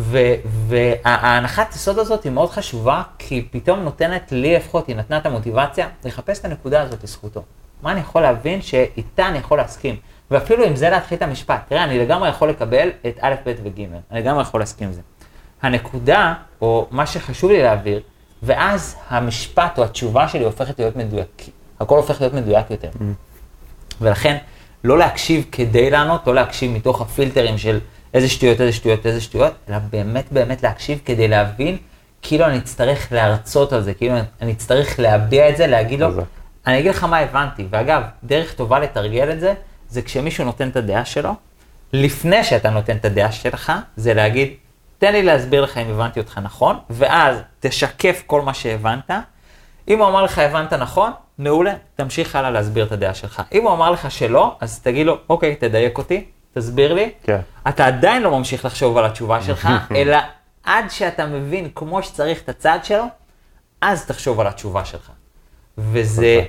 וההנחת יסוד הזאת היא מאוד חשובה, כי פתאום נותנת לי לפחות, היא נתנה את המוטיבציה, לחפש את הנקודה הזאת לזכותו. מה אני יכול להבין שאיתה אני יכול להסכים? ואפילו אם זה להתחיל את המשפט, תראה, אני לגמרי יכול לקבל את א', ב' וג', אני לגמרי יכול להסכים עם זה. הנקודה, או מה שחשוב לי להעביר, ואז המשפט או התשובה שלי הופכת להיות מדויק, הכל הופך להיות מדויק יותר. Mm. ולכן, לא להקשיב כדי לענות, לא להקשיב מתוך הפילטרים של איזה שטויות, איזה שטויות, איזה שטויות, אלא באמת באמת להקשיב כדי להבין, כאילו אני אצטרך להרצות על זה, כאילו אני אצטרך להביע את זה, להגיד לו, אני אגיד לך מה הבנתי. ואגב, דרך טובה לתרגל את זה, זה כשמישהו נותן את הדעה שלו, לפני שאתה נותן את הדעה שלך, זה להגיד, תן לי להסביר לך אם הבנתי אותך נכון, ואז תשקף כל מה שהבנת. אם הוא אמר לך הבנת נכון, מעולה, תמשיך הלאה להסביר את הדעה שלך. אם הוא אמר לך שלא, אז תגיד לו, אוקיי, תדייק אותי, תסביר לי. כן. אתה עדיין לא ממשיך לחשוב על התשובה שלך, אלא עד שאתה מבין כמו שצריך את הצד שלו, אז תחשוב על התשובה שלך. וזה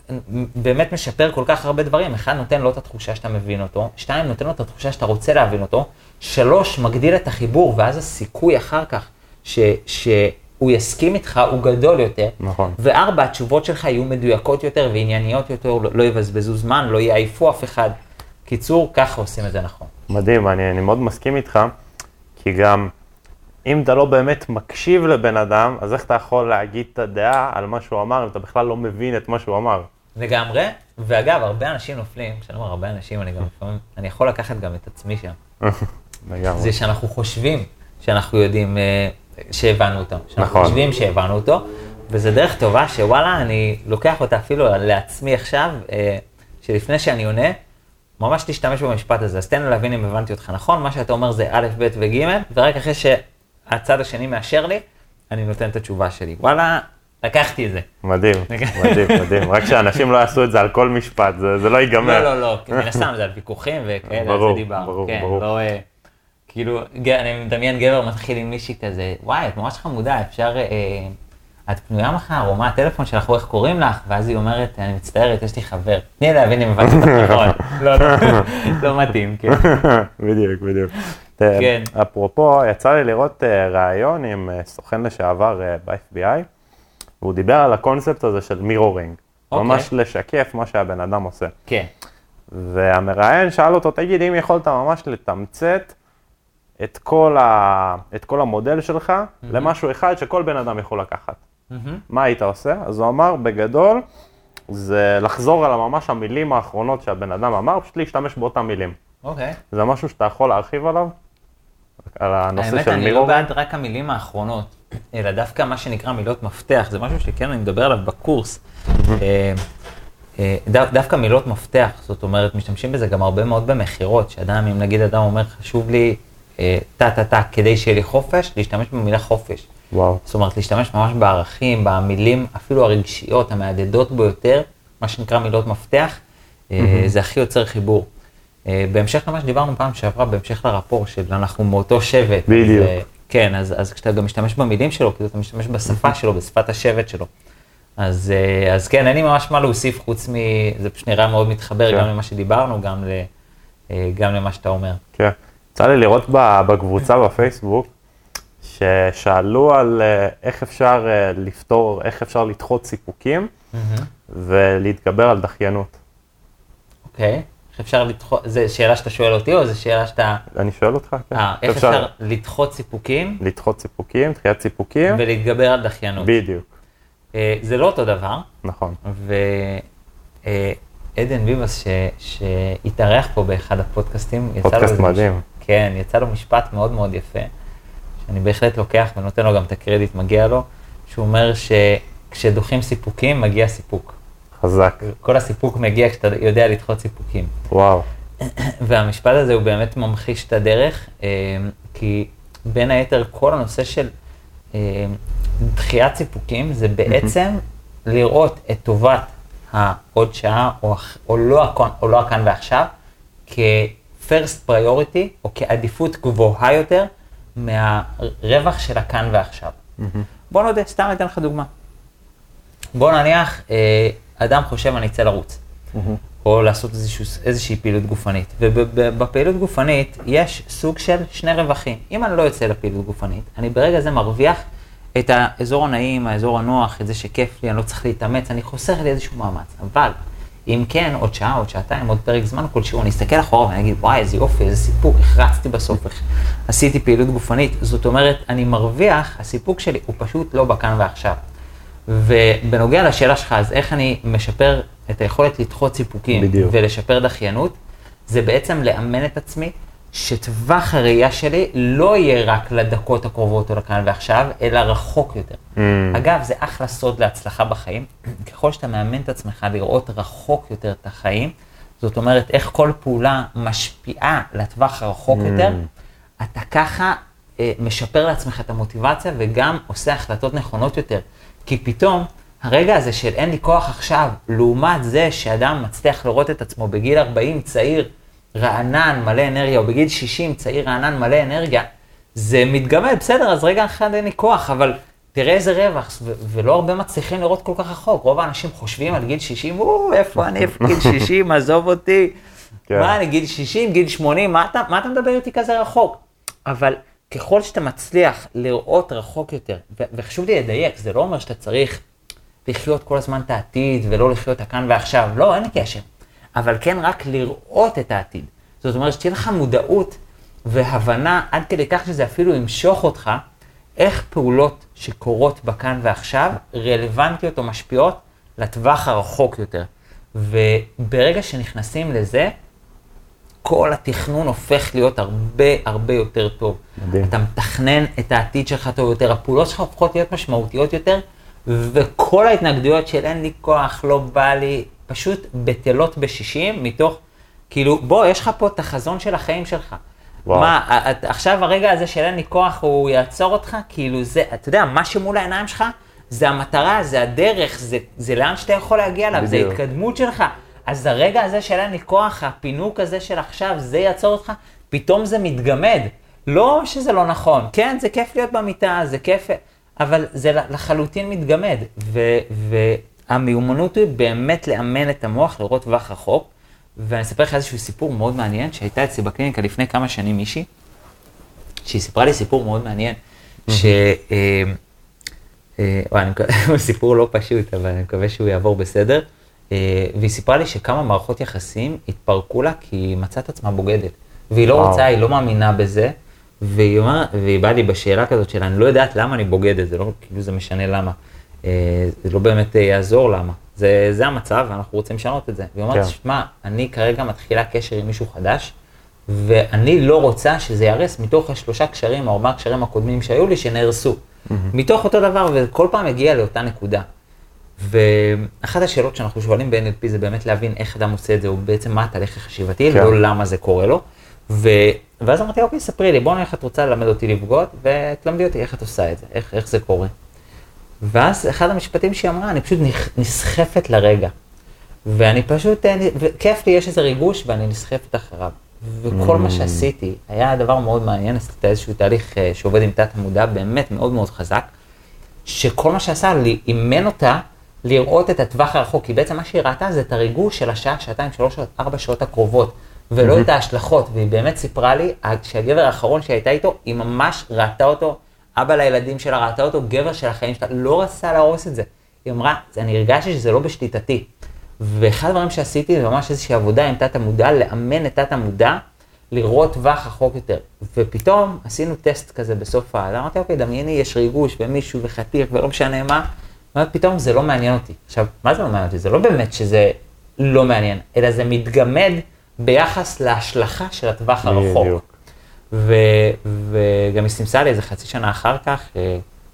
באמת משפר כל כך הרבה דברים. אחד, נותן לו את התחושה שאתה מבין אותו. שתיים, נותן לו את התחושה שאתה רוצה להבין אותו. שלוש, מגדיל את החיבור, ואז הסיכוי אחר כך ש, שהוא יסכים איתך הוא גדול יותר. נכון. וארבע, התשובות שלך יהיו מדויקות יותר וענייניות יותר, לא, לא יבזבזו זמן, לא יעיפו אף אחד. קיצור, ככה עושים את זה נכון. מדהים, אני, אני מאוד מסכים איתך, כי גם אם אתה לא באמת מקשיב לבן אדם, אז איך אתה יכול להגיד את הדעה על מה שהוא אמר, אם אתה בכלל לא מבין את מה שהוא אמר? לגמרי, ואגב, הרבה אנשים נופלים, כשאני אומר הרבה אנשים, אני גם לפעמים, אני יכול לקחת גם את עצמי שם. לגמרי. זה שאנחנו חושבים שאנחנו יודעים שהבנו אותו, שאנחנו נכון. חושבים שהבנו אותו, וזה דרך טובה שוואלה, אני לוקח אותה אפילו לעצמי עכשיו, שלפני שאני עונה, ממש תשתמש במשפט הזה, אז תן לי להבין אם הבנתי אותך נכון, מה שאתה אומר זה א', ב' וג', ורק אחרי שהצד השני מאשר לי, אני נותן את התשובה שלי. וואלה, לקחתי את זה. מדהים, מדהים, מדהים. רק שאנשים לא יעשו את זה על כל משפט, זה, זה לא ייגמר. לא, לא, לא, כי מן הסתם זה על ויכוחים וכאלה, ברור, זה דיבר. ברור, כן, ברור. לא, כאילו, אני מדמיין גבר מתחיל עם מישהי כזה, וואי, את ממש חמודה, אפשר, אה, את פנויה מחר, או מה הטלפון שלך, או איך קוראים לך, ואז היא אומרת, אני מצטערת, יש לי חבר. תני להבין אם הבנתי אותך נכון. לא, לא, לא מתאים, כן. בדיוק, בדיוק. כן. אפרופו, יצא לי לראות ראיון עם סוכן לשעבר ב-אף בי איי, והוא דיבר על הקונספט הזה של מירורינג. ממש לשקף מה שהבן אדם עושה. כן. והמראיין שאל אותו, תגיד, אם יכולת ממש לתמצת את כל, ה... את כל המודל שלך mm-hmm. למשהו אחד שכל בן אדם יכול לקחת. Mm-hmm. מה היית עושה? אז הוא אמר, בגדול, זה לחזור על ממש המילים האחרונות שהבן אדם אמר, פשוט להשתמש באותם מילים. אוקיי. Okay. זה משהו שאתה יכול להרחיב עליו? על הנושא האמת, של אני מירור? לא בעד רק המילים האחרונות, אלא דווקא מה שנקרא מילות מפתח. זה משהו שכן אני מדבר עליו בקורס. Mm-hmm. דו, דווקא מילות מפתח, זאת אומרת, משתמשים בזה גם הרבה מאוד במחירות, שאדם, אם נגיד אדם אומר, חשוב לי, טה טה טה, כדי שיהיה לי חופש, להשתמש במילה חופש. וואו. זאת אומרת, להשתמש ממש בערכים, במילים, אפילו הרגשיות, המעדדות ביותר, מה שנקרא מילות מפתח, mm-hmm. זה הכי יוצר חיבור. בהמשך למה שדיברנו פעם שעברה, בהמשך לרפור של אנחנו מאותו שבט. בדיוק. אז, כן, אז, אז כשאתה גם משתמש במילים שלו, כאילו אתה משתמש בשפה שלו, בשפת השבט שלו. אז, אז כן, אין לי ממש מה להוסיף חוץ מ... זה פשוט נראה מאוד מתחבר כן. גם למה שדיברנו, גם, ל, גם למה שאתה אומר. כן. יצא לי לראות בקבוצה בפייסבוק, ששאלו על איך אפשר לפתור, איך אפשר לדחות סיפוקים, ולהתגבר על דחיינות. אוקיי, איך אפשר לדחות, זו שאלה שאתה שואל אותי, או זו שאלה שאתה... אני שואל אותך, כן. אה, איך אפשר לדחות סיפוקים? לדחות סיפוקים, דחיית סיפוקים. ולהתגבר על דחיינות. בדיוק. זה לא אותו דבר. נכון. ועדן ביבס, שהתארח פה באחד הפודקאסטים, פודקאסט מדהים. כן, יצא לו משפט מאוד מאוד יפה, שאני בהחלט לוקח ונותן לו גם את הקרדיט, מגיע לו, שהוא אומר כשדוחים סיפוקים, מגיע סיפוק. חזק. כל הסיפוק מגיע כשאתה יודע לדחות סיפוקים. וואו. והמשפט הזה הוא באמת ממחיש את הדרך, כי בין היתר כל הנושא של דחיית סיפוקים, זה בעצם לראות את טובת העוד שעה, או, או, לא, או לא הכאן ועכשיו, כ-first priority, או כעדיפות גבוהה יותר, מהרווח של הכאן ועכשיו. בוא נודה, סתם אתן לך דוגמה. בוא נניח, אדם חושב אני אצא לרוץ, או לעשות איזשהו, איזושהי פעילות גופנית. ובפעילות גופנית יש סוג של שני רווחים. אם אני לא יוצא לפעילות גופנית, אני ברגע הזה מרוויח את האזור הנעים, האזור הנוח, את זה שכיף לי, אני לא צריך להתאמץ, אני חוסך לי איזשהו מאמץ. אבל אם כן, עוד שעה, עוד שעתיים, עוד פרק זמן כלשהו, אני אסתכל אחורה ואני אגיד, וואי, איזה יופי, איזה סיפוק, החרצתי בסוף, עשיתי פעילות גופנית. זאת אומרת, אני מרוויח, הסיפוק שלי הוא פשוט לא בכאן ועכשיו. ובנוגע לשאלה שלך, אז איך אני משפר את היכולת לדחות סיפוקים בדיוק. ולשפר דחיינות, זה בעצם לאמן את עצמי שטווח הראייה שלי לא יהיה רק לדקות הקרובות או לכאן ועכשיו, אלא רחוק יותר. Mm. אגב, זה אחלה סוד להצלחה בחיים. ככל שאתה מאמן את עצמך לראות רחוק יותר את החיים, זאת אומרת, איך כל פעולה משפיעה לטווח הרחוק mm. יותר, אתה ככה אה, משפר לעצמך את המוטיבציה וגם עושה החלטות נכונות יותר. כי פתאום, הרגע הזה של אין לי כוח עכשיו, לעומת זה שאדם מצליח לראות את עצמו בגיל ארבעים צעיר, רענן, מלא אנרגיה, או בגיל שישים צעיר, רענן, מלא אנרגיה, זה מתגמד, בסדר, אז רגע אחד אין לי כוח, אבל תראה איזה רווח, ו- ולא הרבה מצליחים לראות כל כך רחוק. רוב האנשים חושבים על גיל שישים, או, איפה אני, איפה גיל שישים, עזוב אותי. מה, אני גיל שישים, גיל שמונים, מה אתה, מה אתה מדבר איתי כזה רחוק? אבל ככל שאתה מצליח לראות רחוק יותר, ו- וחשוב לי לדייק, זה לא אומר שאתה צריך לחיות כל הזמן את העתיד, ולא לחיות הכאן ועכשיו, לא, אין לי קשר. אבל כן רק לראות את העתיד. זאת אומרת שתהיה לך מודעות והבנה עד כדי כך שזה אפילו ימשוך אותך, איך פעולות שקורות בכאן ועכשיו רלוונטיות או משפיעות לטווח הרחוק יותר. וברגע שנכנסים לזה, כל התכנון הופך להיות הרבה הרבה יותר טוב. מדהים. אתה מתכנן את העתיד שלך טוב יותר, הפעולות שלך הופכות להיות משמעותיות יותר, וכל ההתנגדויות של אין לי כוח, לא בא לי, פשוט בטלות בשישים, מתוך, כאילו, בוא, יש לך פה את החזון של החיים שלך. וואו. מה, את, עכשיו הרגע הזה של אין לי כוח, הוא יעצור אותך, כאילו זה, אתה יודע, מה שמול העיניים שלך, זה המטרה, זה הדרך, זה, זה לאן שאתה יכול להגיע אליו, זה התקדמות שלך. אז הרגע הזה של אין לי כוח, הפינוק הזה של עכשיו, זה יעצור אותך, פתאום זה מתגמד. לא שזה לא נכון, כן, זה כיף להיות במיטה, זה כיף, אבל זה לחלוטין מתגמד. ו... ו המיומנות היא באמת לאמן את המוח, לראות טווח רחוק, ואני אספר לך איזשהו סיפור מאוד מעניין, שהייתה אצלי בקליניקה לפני כמה שנים מישהי, שהיא סיפרה לי סיפור מאוד מעניין, ש... הוא סיפור לא פשוט, אבל אני מקווה שהוא יעבור בסדר, והיא סיפרה לי שכמה מערכות יחסים התפרקו לה, כי היא מצאת עצמה בוגדת, והיא לא רוצה, היא לא מאמינה בזה, והיא אומר, והיא באה לי בשאלה כזאת שלה, אני לא יודעת למה אני בוגדת, זה לא, כאילו זה משנה למה. זה לא באמת יעזור למה. זה, זה המצב, ואנחנו רוצים לשנות את זה. והיא אומרת, שמה, אני כרגע מתחילה קשר עם מישהו חדש, ואני לא רוצה שזה ירס מתוך השלושה קשרים, או ארבעה קשרים הקודמים שהיו לי, שנהרסו. Mm-hmm. מתוך אותו דבר, וכל פעם הגיע לאותה נקודה. ואחת השאלות שאנחנו שואלים ב-אן אל פי, זה באמת להבין איך אדם עושה את זה, או בעצם מה התהליך החשיבתי, כן. ולא למה זה קורה לו. ו... ואז אמרתי, אוקיי, ספרי לי, בוא נראה איך את רוצה ללמד אותי לבגוד, ותלמדי אותי איך את עושה את זה, איך, איך זה קורה. ואז אחד המשפטים שהיא אמרה, אני פשוט נסחפת לרגע. ואני פשוט, וכיף לי, יש איזה ריגוש, ואני נסחפת אחריו. וכל מה שעשיתי, היה דבר מאוד מעניין, עשיתי איזשהו תהליך שעובד עם תת המודע, באמת מאוד מאוד חזק, שכל מה שעשה לי, אימן אותה לראות את הטווח הרחוק, כי בעצם מה שהיא ראתה זה את הריגוש של השעה, שעתיים, שלוש שעות, ארבע שעות הקרובות, ולא את ההשלכות, והיא באמת סיפרה לי, שהגבר האחרון שהייתה איתו, היא ממש ראתה אותו, אבא לילדים שלה, ראתה אותו, גבר של החיים שלה, לא רצה להרוס את זה. היא אמרה, אני הרגשתי שזה לא בשליטתי. ואחד הדברים שעשיתי, זה ממש איזושהי עבודה עם תת המודע, לאמן את תת המודע, לראות טווח רחוק יותר. ופתאום עשינו טסט כזה בסוף העד, אמרתי, אוקיי, דמייני, יש ריגוש ומישהו וחתיך ולא משנה מה, ופתאום זה לא מעניין אותי. עכשיו, מה זה לא מעניין אותי? זה לא באמת שזה לא מעניין, אלא זה מתגמד ביחס להשלכה של הטווח הרחוק. ו- וגם היא סמסה לי איזה חצי שנה אחר כך,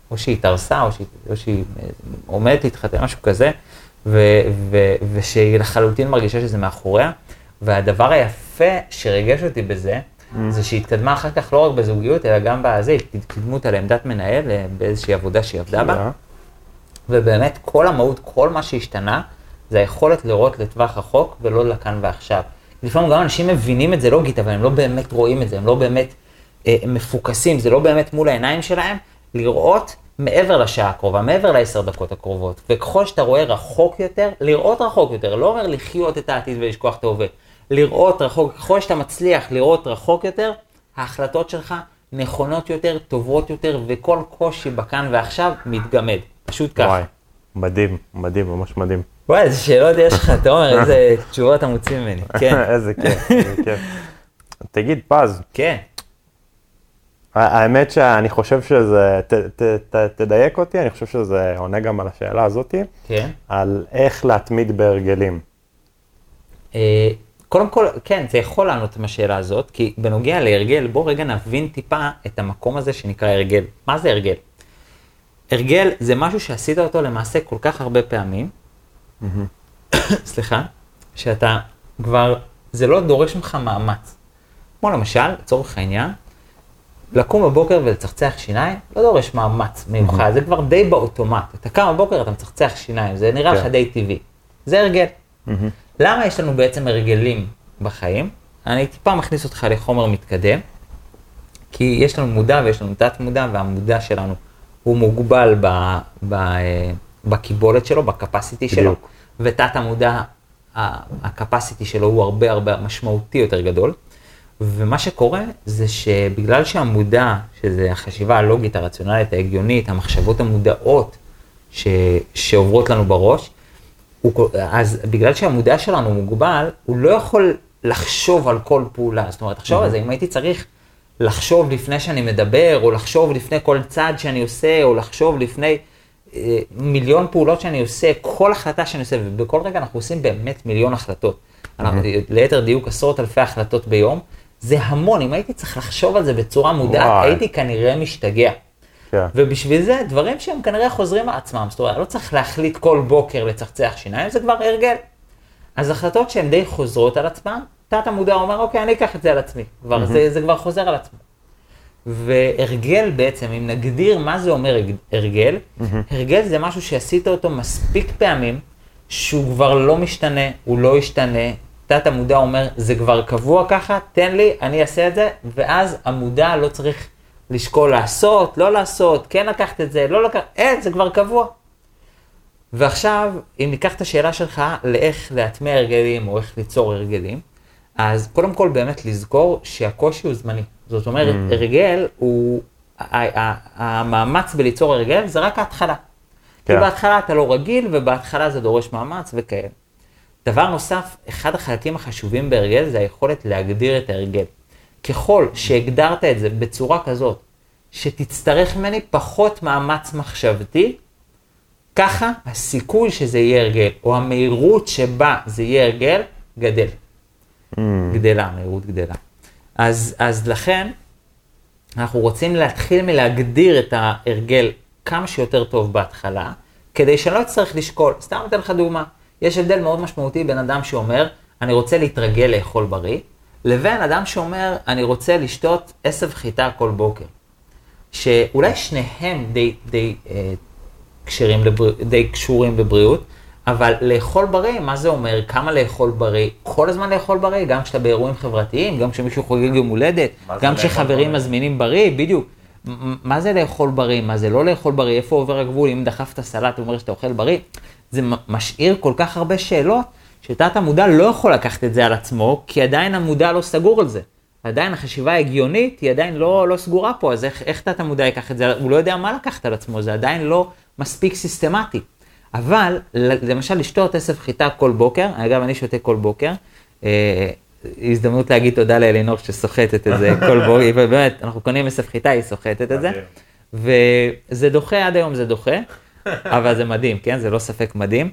או שהיא התארסה, או שהיא, או שהיא עומדת להתחתן, משהו כזה, ו, ו, ושהיא לחלוטין מרגישה שזה מאחוריה. והדבר היפה שרגש אותי בזה, mm. זה שהיא התקדמה אחר כך לא רק בזוגיות, אלא גם בזה, התקדמו אותה לעמדת מנהל, באיזושהי עבודה שהיא עבדה בה. ובאמת כל המהות, כל מה שהשתנה, זה היכולת לראות לטווח רחוק ולא לכאן ועכשיו. לפעמים גם אנשים מבינים את זה לוגית, אבל הם לא באמת רואים את זה, הם לא באמת אה, מפוקסים, זה לא באמת מול העיניים שלהם, לראות מעבר לשעה הקרובה, מעבר לעשר דקות הקרובות. וככל שאתה רואה רחוק יותר, לראות רחוק יותר, לא אומר לחיות את העתיד ולשכוח את ההווה, לראות רחוק, ככל שאתה מצליח לראות רחוק יותר, ההחלטות שלך נכונות יותר, טובות יותר, וכל קושי בכאן ועכשיו מתגמד. פשוט ככה. וואי, מדהים, מדהים, ממש מדהים. וואי, איזה שאלות יש לך, אתה אומר, איזה תשובות המוצאים ממני. כן. איזה כיף, איזה כיף. תגיד, פז. כן. האמת שאני חושב שזה, ת, ת, ת, תדייק אותי, אני חושב שזה עונה גם על השאלה הזאת. כן. על איך להתמיד בהרגלים. קודם כל, כן, זה יכול לענות עם השאלה הזאת, כי בנוגע להרגל, בוא רגע נבין טיפה את המקום הזה שנקרא הרגל. מה זה הרגל? הרגל זה משהו שעשית אותו למעשה כל כך הרבה פעמים, סליחה, שאתה כבר, זה לא דורש ממך מאמץ. כמו למשל, לצורך העניין, לקום בבוקר ולצחצח שיניים, לא דורש מאמץ מיוחד, זה כבר די באוטומט. אתה קם בבוקר, אתה מצחצח שיניים, זה נראה לך די טבעי. זה הרגל. למה יש לנו בעצם הרגלים בחיים? אני טיפה מכניס אותך לחומר מתקדם, כי יש לנו מודע ויש לנו תת מודע, והמודע שלנו הוא מוגבל ב, ב, בקיבולת שלו, בקפסיטי שלו, ותת המודע, הקפסיטי שלו הוא הרבה הרבה משמעותי יותר גדול, ומה שקורה זה שבגלל שהמודע, שזה החשיבה הלוגית, הרציונלית, ההגיונית, המחשבות המודעות ש, שעוברות לנו בראש, הוא, אז בגלל שהמודע שלנו מוגבל, הוא לא יכול לחשוב על כל פעולה. זאת אומרת, תחשוב על זה, אם הייתי צריך לחשוב לפני שאני מדבר, או לחשוב לפני כל צעד שאני עושה, או לחשוב לפני אה, מיליון פעולות שאני עושה, כל החלטה שאני עושה, ובכל רגע אנחנו עושים באמת מיליון החלטות. אנחנו, ליתר דיוק עשרות אלפי החלטות ביום, זה המון. אם הייתי צריך לחשוב על זה בצורה מודעת, הייתי כנראה משתגע. ובשביל זה, דברים שהם כנראה חוזרים מעצמם, זאת אומרת, לא צריך להחליט כל בוקר לצחצח שיניים, זה כבר הרגל. אז החלטות שהן די חוזרות על עצמם, תת המודע אומר, אוקיי, אני אקח את זה על עצמי, כבר, mm-hmm. זה, זה כבר חוזר על עצמו. והרגל בעצם, אם נגדיר מה זה אומר הרגל, mm-hmm. הרגל זה משהו שעשית אותו מספיק פעמים, שהוא כבר לא משתנה, הוא לא ישתנה, תת המודע אומר, זה כבר קבוע ככה, תן לי, אני אעשה את זה, ואז המודע לא צריך לשקול לעשות, לא לעשות, כן לקחת את זה, לא לקחת, אין, זה כבר קבוע. ועכשיו, אם ניקח את השאלה שלך לאיך להטמיע הרגלים או איך ליצור הרגלים, אז קודם כל באמת לזכור שהקושי הוא זמני. זאת אומרת, mm. הרגל הוא, המאמץ בליצור הרגל זה רק ההתחלה. Yeah. כי בהתחלה אתה לא רגיל ובהתחלה זה דורש מאמץ וכאלה. דבר נוסף, אחד החלקים החשובים בהרגל זה היכולת להגדיר את ההרגל. ככל שהגדרת את זה בצורה כזאת, שתצטרך ממני פחות מאמץ מחשבתי, ככה הסיכוי שזה יהיה הרגל, או המהירות שבה זה יהיה הרגל, גדל. Mm. גדלה, המהירות גדלה. אז, אז לכן, אנחנו רוצים להתחיל מלהגדיר את ההרגל כמה שיותר טוב בהתחלה, כדי שלא יצטרך לשקול. סתם אתן לך דוגמה. יש הבדל מאוד משמעותי בין אדם שאומר, אני רוצה להתרגל לאכול בריא, לבין אדם שאומר, אני רוצה לשתות עשב חיטה כל בוקר. שאולי שניהם די, די, אה, קשרים לבר... די קשורים בבריאות, אבל לאכול בריא, מה זה אומר? כמה לאכול בריא? כל הזמן לאכול בריא, גם כשאתה באירועים חברתיים, גם כשמישהו חוגג יום הולדת, גם כשחברים מזמינים בריא, בדיוק. מה זה לאכול בריא? מה זה לא לאכול בריא? איפה עובר הגבול? אם דחפת סלט ואומר שאתה אוכל בריא, זה משאיר כל כך הרבה שאלות, שתת המודע לא יכול לקחת את זה על עצמו, כי עדיין המודע לא סגור על זה. עדיין החשיבה ההגיונית היא עדיין לא, לא סגורה פה, אז איך, איך תת המודע ייקח את זה? הוא לא יודע מה לקחת על עצמו, זה עדיין לא מספיק סיסטמטי. אבל, למשל, לשתות עשב חיטה כל בוקר, אגב, אני שותה כל בוקר, אה, הזדמנות להגיד תודה לאלינור שסוחטת את זה כל בוקר, ובאמת, אנחנו קונים עשב חיטה, היא סוחטת את זה, וזה דוחה, עד היום זה דוחה, אבל זה מדהים, כן? זה לא ספק מדהים,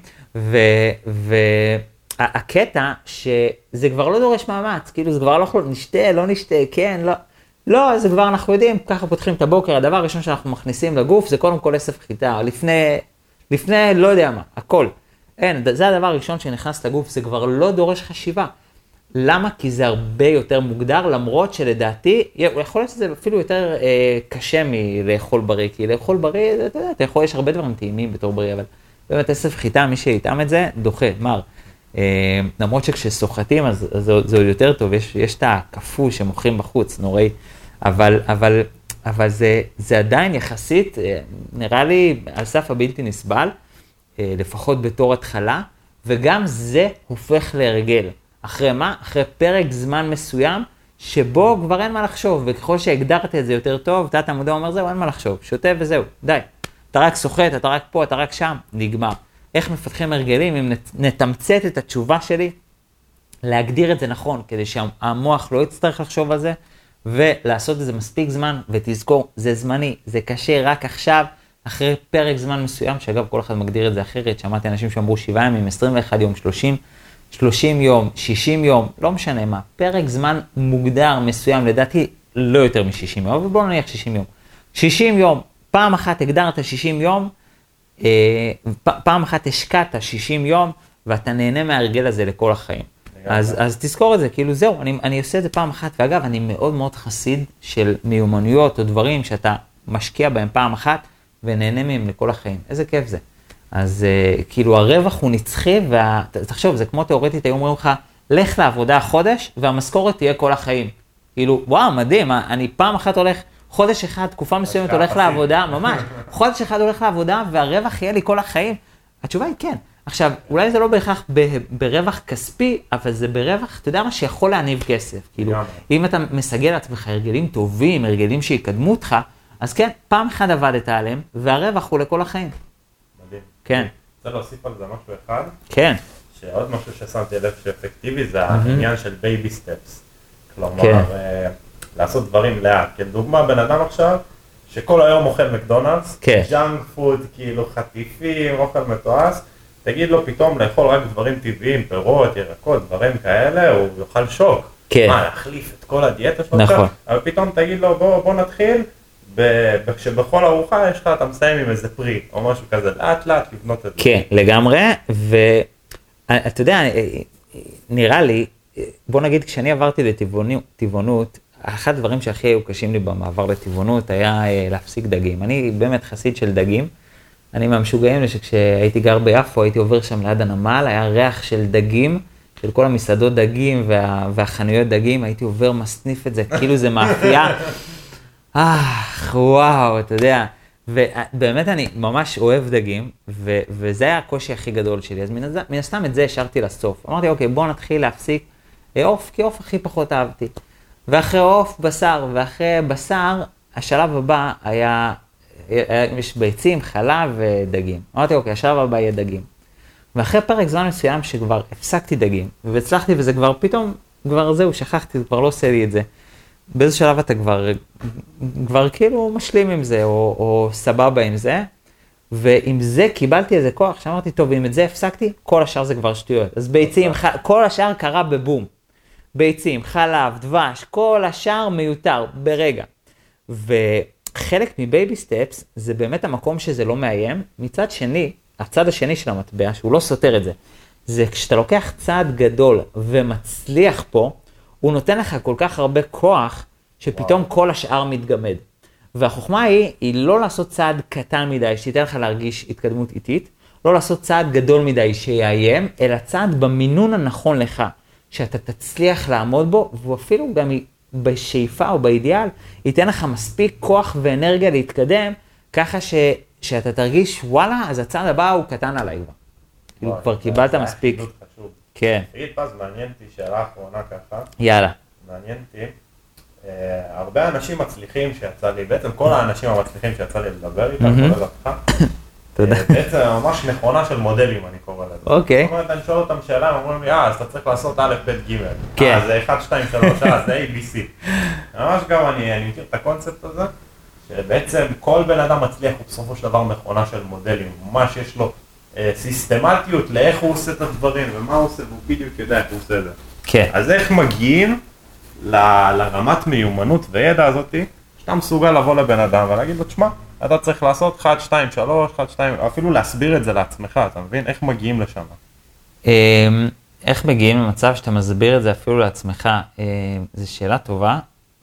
והקטע שזה כבר לא דורש מאמץ, כאילו זה כבר לא יכול, נשתה, לא נשתה, כן, לא, לא, זה כבר אנחנו יודעים, ככה פותחים את הבוקר, הדבר הראשון שאנחנו מכניסים לגוף, זה קודם כל עשב חיטה, לפני, לפני לא יודע מה, הכל. אין, זה הדבר הראשון שנכנס לגוף, זה כבר לא דורש חשיבה. למה? כי זה הרבה יותר מוגדר, למרות שלדעתי, יכול להיות שזה אפילו יותר אה, קשה מלאכול בריא, כי לאכול בריא, אתה יודע, אתה יכול, יש הרבה דברים טעימים בתור בריא, אבל באמת עשב חיטה, מי שיטעם את זה, דוחה, מר. אה, למרות שכשסוחטים, אז, אז זה, זה עוד יותר טוב, יש, יש את הקפוא שמוכרים בחוץ, נוראי, אבל, אבל, אבל זה, זה עדיין יחסית, אה, נראה לי על סף הבלתי נסבל, אה, לפחות בתור התחלה, וגם זה הופך להרגל. אחרי מה? אחרי פרק זמן מסוים, שבו כבר אין מה לחשוב, וככל שהגדרת את זה יותר טוב, תת המודע אומר זהו, אין מה לחשוב, שוטה וזהו, די. אתה רק סוחט, אתה רק פה, אתה רק שם, נגמר. איך מפתחים הרגלים? אם נתמצת את התשובה שלי, להגדיר את זה נכון, כדי שהמוח לא יצטרך לחשוב על זה, ולעשות את זה מספיק זמן, ותזכור, זה זמני, זה קשה רק עכשיו, אחרי פרק זמן מסוים, שאגב כל אחד מגדיר את זה אחרת, שמעתי אנשים שאמרו שבעה ימים, עשרים ואחד יום, שלושים, שלושים יום, שישים יום, לא משנה מה, פרק זמן מוגדר מסוים, לדעתי לא יותר מ-שישים יום, אבל בואו נניח שישים יום. שישים יום, פעם אחת הגדרת שישים יום, אה, פעם אחת השקעת שישים יום, ואתה נהנה מההרגל הזה לכל החיים. אז, אז תזכור את זה, כאילו זהו, אני, אני עושה את זה פעם אחת, ואגב, אני מאוד מאוד חסיד של מיומנויות או דברים שאתה משקיע בהם פעם אחת, ונהנה מהם לכל החיים. איזה כיף זה. אז uh, כאילו הרווח הוא נצחי, ותחשוב, זה כמו תיאורטית, היו אומרים לך, לך לעבודה חודש, והמשכורת תהיה כל החיים. כאילו, וואו, מדהים, אני פעם אחת הולך, חודש אחד, תקופה מסוימת הולך לעבודה, ממש, חודש אחד הולך לעבודה, והרווח יהיה לי כל החיים. התשובה היא כן. עכשיו, אולי זה לא בהכרח ב- ברווח כספי, אבל זה ברווח, אתה יודע מה, שיכול להניב כסף. כאילו, אם אתה מסגל לעצמך הרגלים טובים, הרגלים שיקדמו אותך, אז כן, פעם אחד עבדת עליהם, והרווח הוא לכל החיים. מדהים. כן. רוצה להוסיף על זה משהו אחד? כן. שעוד משהו ששמתי לב שאפקטיבי זה העניין של בייבי סטפס. כלומר, לעשות דברים לאט. כדוגמה, בן אדם עכשיו, שכל היום אוכל מקדונלדס, ג'אנק פוד, כאילו חטיפים, אוכל מתועש, תגיד לו פתאום לאכול רק דברים טבעיים, פירות, ירקות, דברים כאלה, הוא יאכל שוק. מה, להחליף את כל הדיאטה שלך? נכון. אבל פתאום תגיד לו, בוא נתחיל, שבכל ארוחה יש לך, אתה מסיים עם איזה פרי, או משהו כזה, לאט לאט לבנות את זה. כן, לגמרי, ואתה יודע, נראה לי, בוא נגיד, כשאני עברתי לטבעונות, אחד הדברים שהכי היו קשים לי במעבר לטבעונות, היה להפסיק דגים. אני באמת חסיד של דגים, אני מהמשוגעים שכשהייתי גר ביפו, הייתי עובר שם ליד הנמל, היה ריח של דגים, של כל המסעדות דגים וה, והחנויות דגים, הייתי עובר מסניף את זה, כאילו זה מאפייה. אה, וואו, אתה יודע, ובאמת אני ממש אוהב דגים, ו, וזה היה הקושי הכי גדול שלי, אז מן, מן הסתם את זה השארתי לסוף. אמרתי, אוקיי, בוא נתחיל להפסיק עוף, כי עוף הכי פחות אהבתי. ואחרי עוף, בשר, ואחרי בשר, השלב הבא היה, יש ביצים, חלב ודגים. אמרתי, אוקיי, השלב הבא יהיה דגים. ואחרי פרק זמן מסוים שכבר הפסקתי דגים, והצלחתי וזה כבר פתאום, כבר זהו, שכחתי, כבר לא עושה לי את זה. באיזה שלב אתה כבר, כבר כאילו משלים עם זה, או, או סבבה עם זה, ועם זה קיבלתי איזה כוח, שאמרתי, טוב, אם את זה הפסקתי, כל השאר זה כבר שטויות. אז ביצים, ח... כל השאר קרה בבום. ביצים, חלב, דבש, כל השאר מיותר, ברגע. וחלק מבייבי סטפס, זה באמת המקום שזה לא מאיים. מצד שני, הצד השני של המטבע, שהוא לא סותר את זה, זה כשאתה לוקח צעד גדול ומצליח פה, הוא נותן לך כל כך הרבה כוח, שפתאום וואו. כל השאר מתגמד. והחוכמה היא, היא לא לעשות צעד קטן מדי, שתיתן לך להרגיש התקדמות איטית, לא לעשות צעד גדול מדי שיאיים, אלא צעד במינון הנכון לך, שאתה תצליח לעמוד בו, והוא אפילו גם בשאיפה או באידיאל, ייתן לך מספיק כוח ואנרגיה להתקדם, ככה ש, שאתה תרגיש, וואלה, אז הצעד הבא הוא קטן עליי כבר. כאילו כבר קיבלת מספיק. כן. תגיד פז, מעניין אותי שאלה אחרונה ככה. יאללה. מעניין אותי. הרבה אנשים מצליחים שיצא לי, בעצם כל האנשים המצליחים שיצא לי לדבר איתם, כולל אותך. תודה. בעצם ממש נכונה של מודלים, אני קורא לזה. אוקיי. זאת אומרת, אני שואל אותם שאלה, הם אומרים לי, אה, אז אתה צריך לעשות א', ב', ג'. כן. אה, זה אחת, שתיים, שלוש, אה, זה A, B, C. ממש גם אני, אני מכיר את הקונספט הזה, שבעצם כל בן אדם מצליח הוא בסופו של דבר מכונה של מודלים. ממש יש לו אה, סיסטמטיות לאיך הוא עושה את הדברים, ומה הוא עושה, והוא בדיוק יודע איך הוא עושה את זה. כן. אז איך מגיעים ל- לרמת מיומנות וידע הזאת, שאתה מסוגל לבוא לבן אדם ולהגיד לו, תשמע, אתה צריך לעשות אחת, שתיים, שלוש, אחת, שתיים, אפילו להסביר את זה לעצמך, אתה מבין? איך מגיעים לשם? איך מגיעים למצב שאתה מסביר את זה אפילו לעצמך? זו שאלה טובה,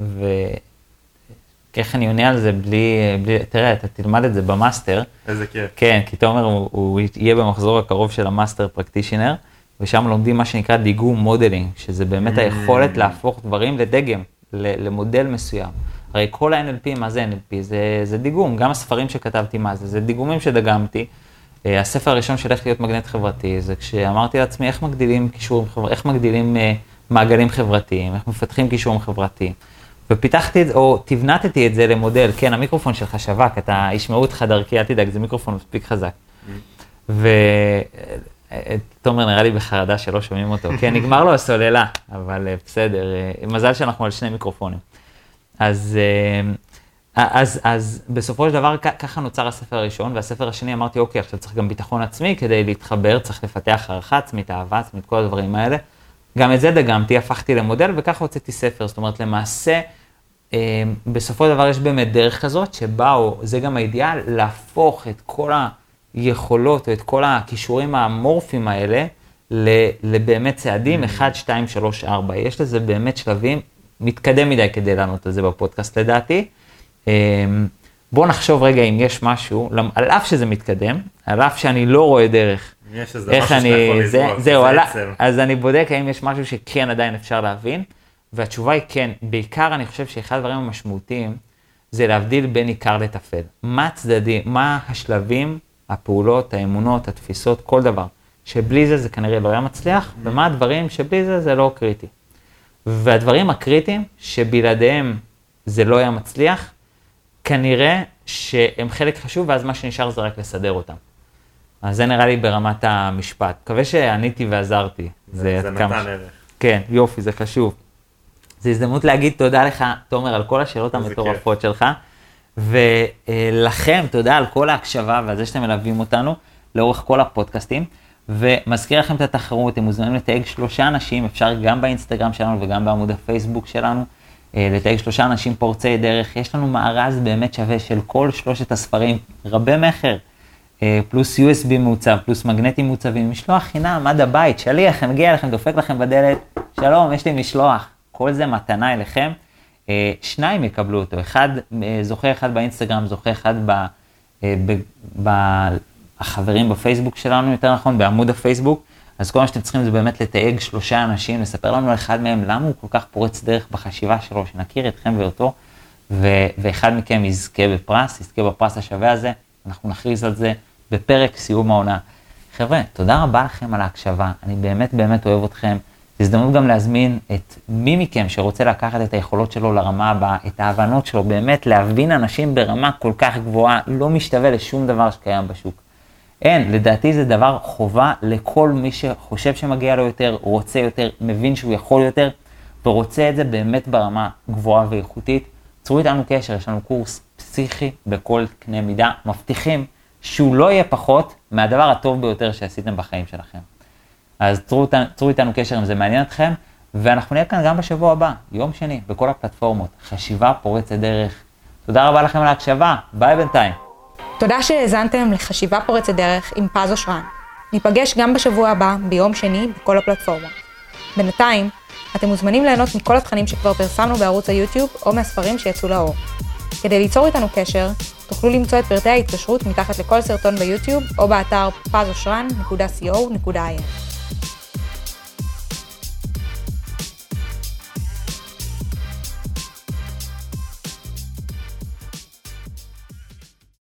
וכך אני עונה על זה בלי, בלי, תראה, אתה תלמד את זה במאסטר. איזה כיף. כן, כי תומר הוא, הוא יהיה במחזור הקרוב של המאסטר פרקטישנר, ושם לומדים מה שנקרא דיגום מודלינג, שזה באמת mm. היכולת להפוך דברים לדגם, למודל מסוים. הרי כל ה-אן אל פי, מה זה אן אל פי? זה, זה דיגום, גם הספרים שכתבתי מה זה, זה דיגומים שדגמתי. הספר הראשון של איך להיות מגנט חברתי, זה כשאמרתי לעצמי איך מגדילים קישורים חברתיים, איך מגדילים מעגלים חברתיים, איך מפתחים קישורים חברתיים. ופיתחתי את זה, או תבנתתי את זה למודל, כן, המיקרופון שלך שווק, אתה ישמעו אותך דרכי, אל תדאג, זה מיקרופון מספיק חזק. ותומר נראה לי בחרדה שלא שומעים אותו, כן, נגמר לו הסוללה, אבל בסדר, מזל שאנחנו על שני מיקרופונים. אז, אז, אז בסופו של דבר ככה נוצר הספר הראשון, והספר השני אמרתי, אוקיי, עכשיו צריך גם ביטחון עצמי כדי להתחבר, צריך לפתח הערכה עצמית, אהבה עצמית, כל הדברים האלה. גם את זה דגמתי, הפכתי למודל, וככה הוצאתי ספר. זאת אומרת, למעשה, בסופו של דבר יש באמת דרך כזאת, שבאו, זה גם האידיאל, להפוך את כל היכולות, או את כל הכישורים האמורפיים האלה, לבאמת צעדים, אחד, שתיים, שלוש, ארבע. יש לזה באמת שלבים, מתקדם מדי כדי לענות על זה בפודקאסט לדעתי. בואו נחשוב רגע אם יש משהו, על אף שזה מתקדם, על אף שאני לא רואה דרך. יש איזה משהו שאתה יכול לזרוק, זהו, אז אני בודק האם יש משהו שכן עדיין אפשר להבין, והתשובה היא כן. בעיקר אני חושב שאחד הדברים המשמעותיים, זה להבדיל בין עיקר לטפל. מה הצדדים, מה השלבים, הפעולות, האמונות, התפיסות, כל דבר, שבלי זה זה כנראה לא היה מצליח, ומה הדברים שבלי זה זה לא קריטי. והדברים הקריטיים שבלעדיהם זה לא היה מצליח, כנראה שהם חלק חשוב, ואז מה שנשאר זה רק לסדר אותם. אז זה נראה לי ברמת המשפט. מקווה שעניתי ועזרתי. זה, זה נתן ערך. כן, יופי, זה חשוב. זו הזדמנות להגיד תודה לך, תומר, על כל השאלות המטורפות שלך, ולכם תודה על כל ההקשבה ועל זה שאתם מלווים אותנו לאורך כל הפודקאסטים, ומזכיר לכם את התחרות, אתם מוזמנים לתייג שלושה אנשים, אפשר גם באינסטגרם שלנו וגם בעמוד הפייסבוק שלנו, לתייג שלושה אנשים פורצי דרך. יש לנו מארז באמת שווה של כל שלושת הספרים, רבי מחר, פלוס יו אס בי מעוצב, פלוס מגנטים מעוצבים, משלוח חינם, עד הבית, שליח, מגיע לכם, דופק לכם בדלת, שלום, יש לי משלוח. כל זה מתנה אליכם. שניים יקבלו אותו, אחד, זוכה אחד באינסטגרם, זוכה אחד ב, ב, ב, החברים בפייסבוק שלנו, יותר נכון, בעמוד הפייסבוק. אז כל מה שאתם צריכים זה באמת לתייג שלושה אנשים, לספר לנו אחד מהם למה הוא כל כך פורץ דרך בחשיבה שלו, שנכיר אתכם ואותו, ו- ואחד מכם יזכה בפרס, יזכה בפרס השווה הזה. אנחנו נכריז על זה בפרק סיום העונה. חבר'ה, תודה רבה לכם על ההקשבה, אני באמת באמת אוהב אתכם. זו הזדמנות גם להזמין את מי מכם שרוצה לקחת את היכולות שלו לרמה הבאה, את ההבנות שלו, באמת להבין אנשים ברמה כל כך גבוהה, לא משתווה לשום דבר שקיים בשוק. אין, לדעתי זה דבר חובה לכל מי שחושב שמגיע לו יותר, רוצה יותר, מבין שהוא יכול יותר, ורוצה את זה באמת ברמה גבוהה ואיכותית. צרו איתנו קשר, יש לנו קורס פסיכי בכל קנה מידה, מבטיחים שהוא לא יהיה פחות מהדבר הטוב ביותר שעשיתם בחיים שלכם. אז צרו, צרו איתנו קשר אם זה מעניין אתכם, ואנחנו נהיה כאן גם בשבוע הבא, יום שני, בכל הפלטפורמות, חשיבה פורצת דרך. תודה רבה לכם על ההקשבה, ביי בינתיים. תודה שהאזנתם לחשיבה פורצת דרך עם פז אושרן. ניפגש גם בשבוע הבא, ביום שני, בכל הפלטפורמות. בינתיים, אתם מוזמנים ליהנות מכל התכנים שכבר פרסמנו בערוץ היוטיוב או מהספרים שיצאו לאור. כדי ליצור איתנו קשר, תוכלו למצוא את פרטי ההתקשרות מתחת לכל סרטון ביוטיוב או באתר פז אושרן נקודה סי או נקודה איי אן.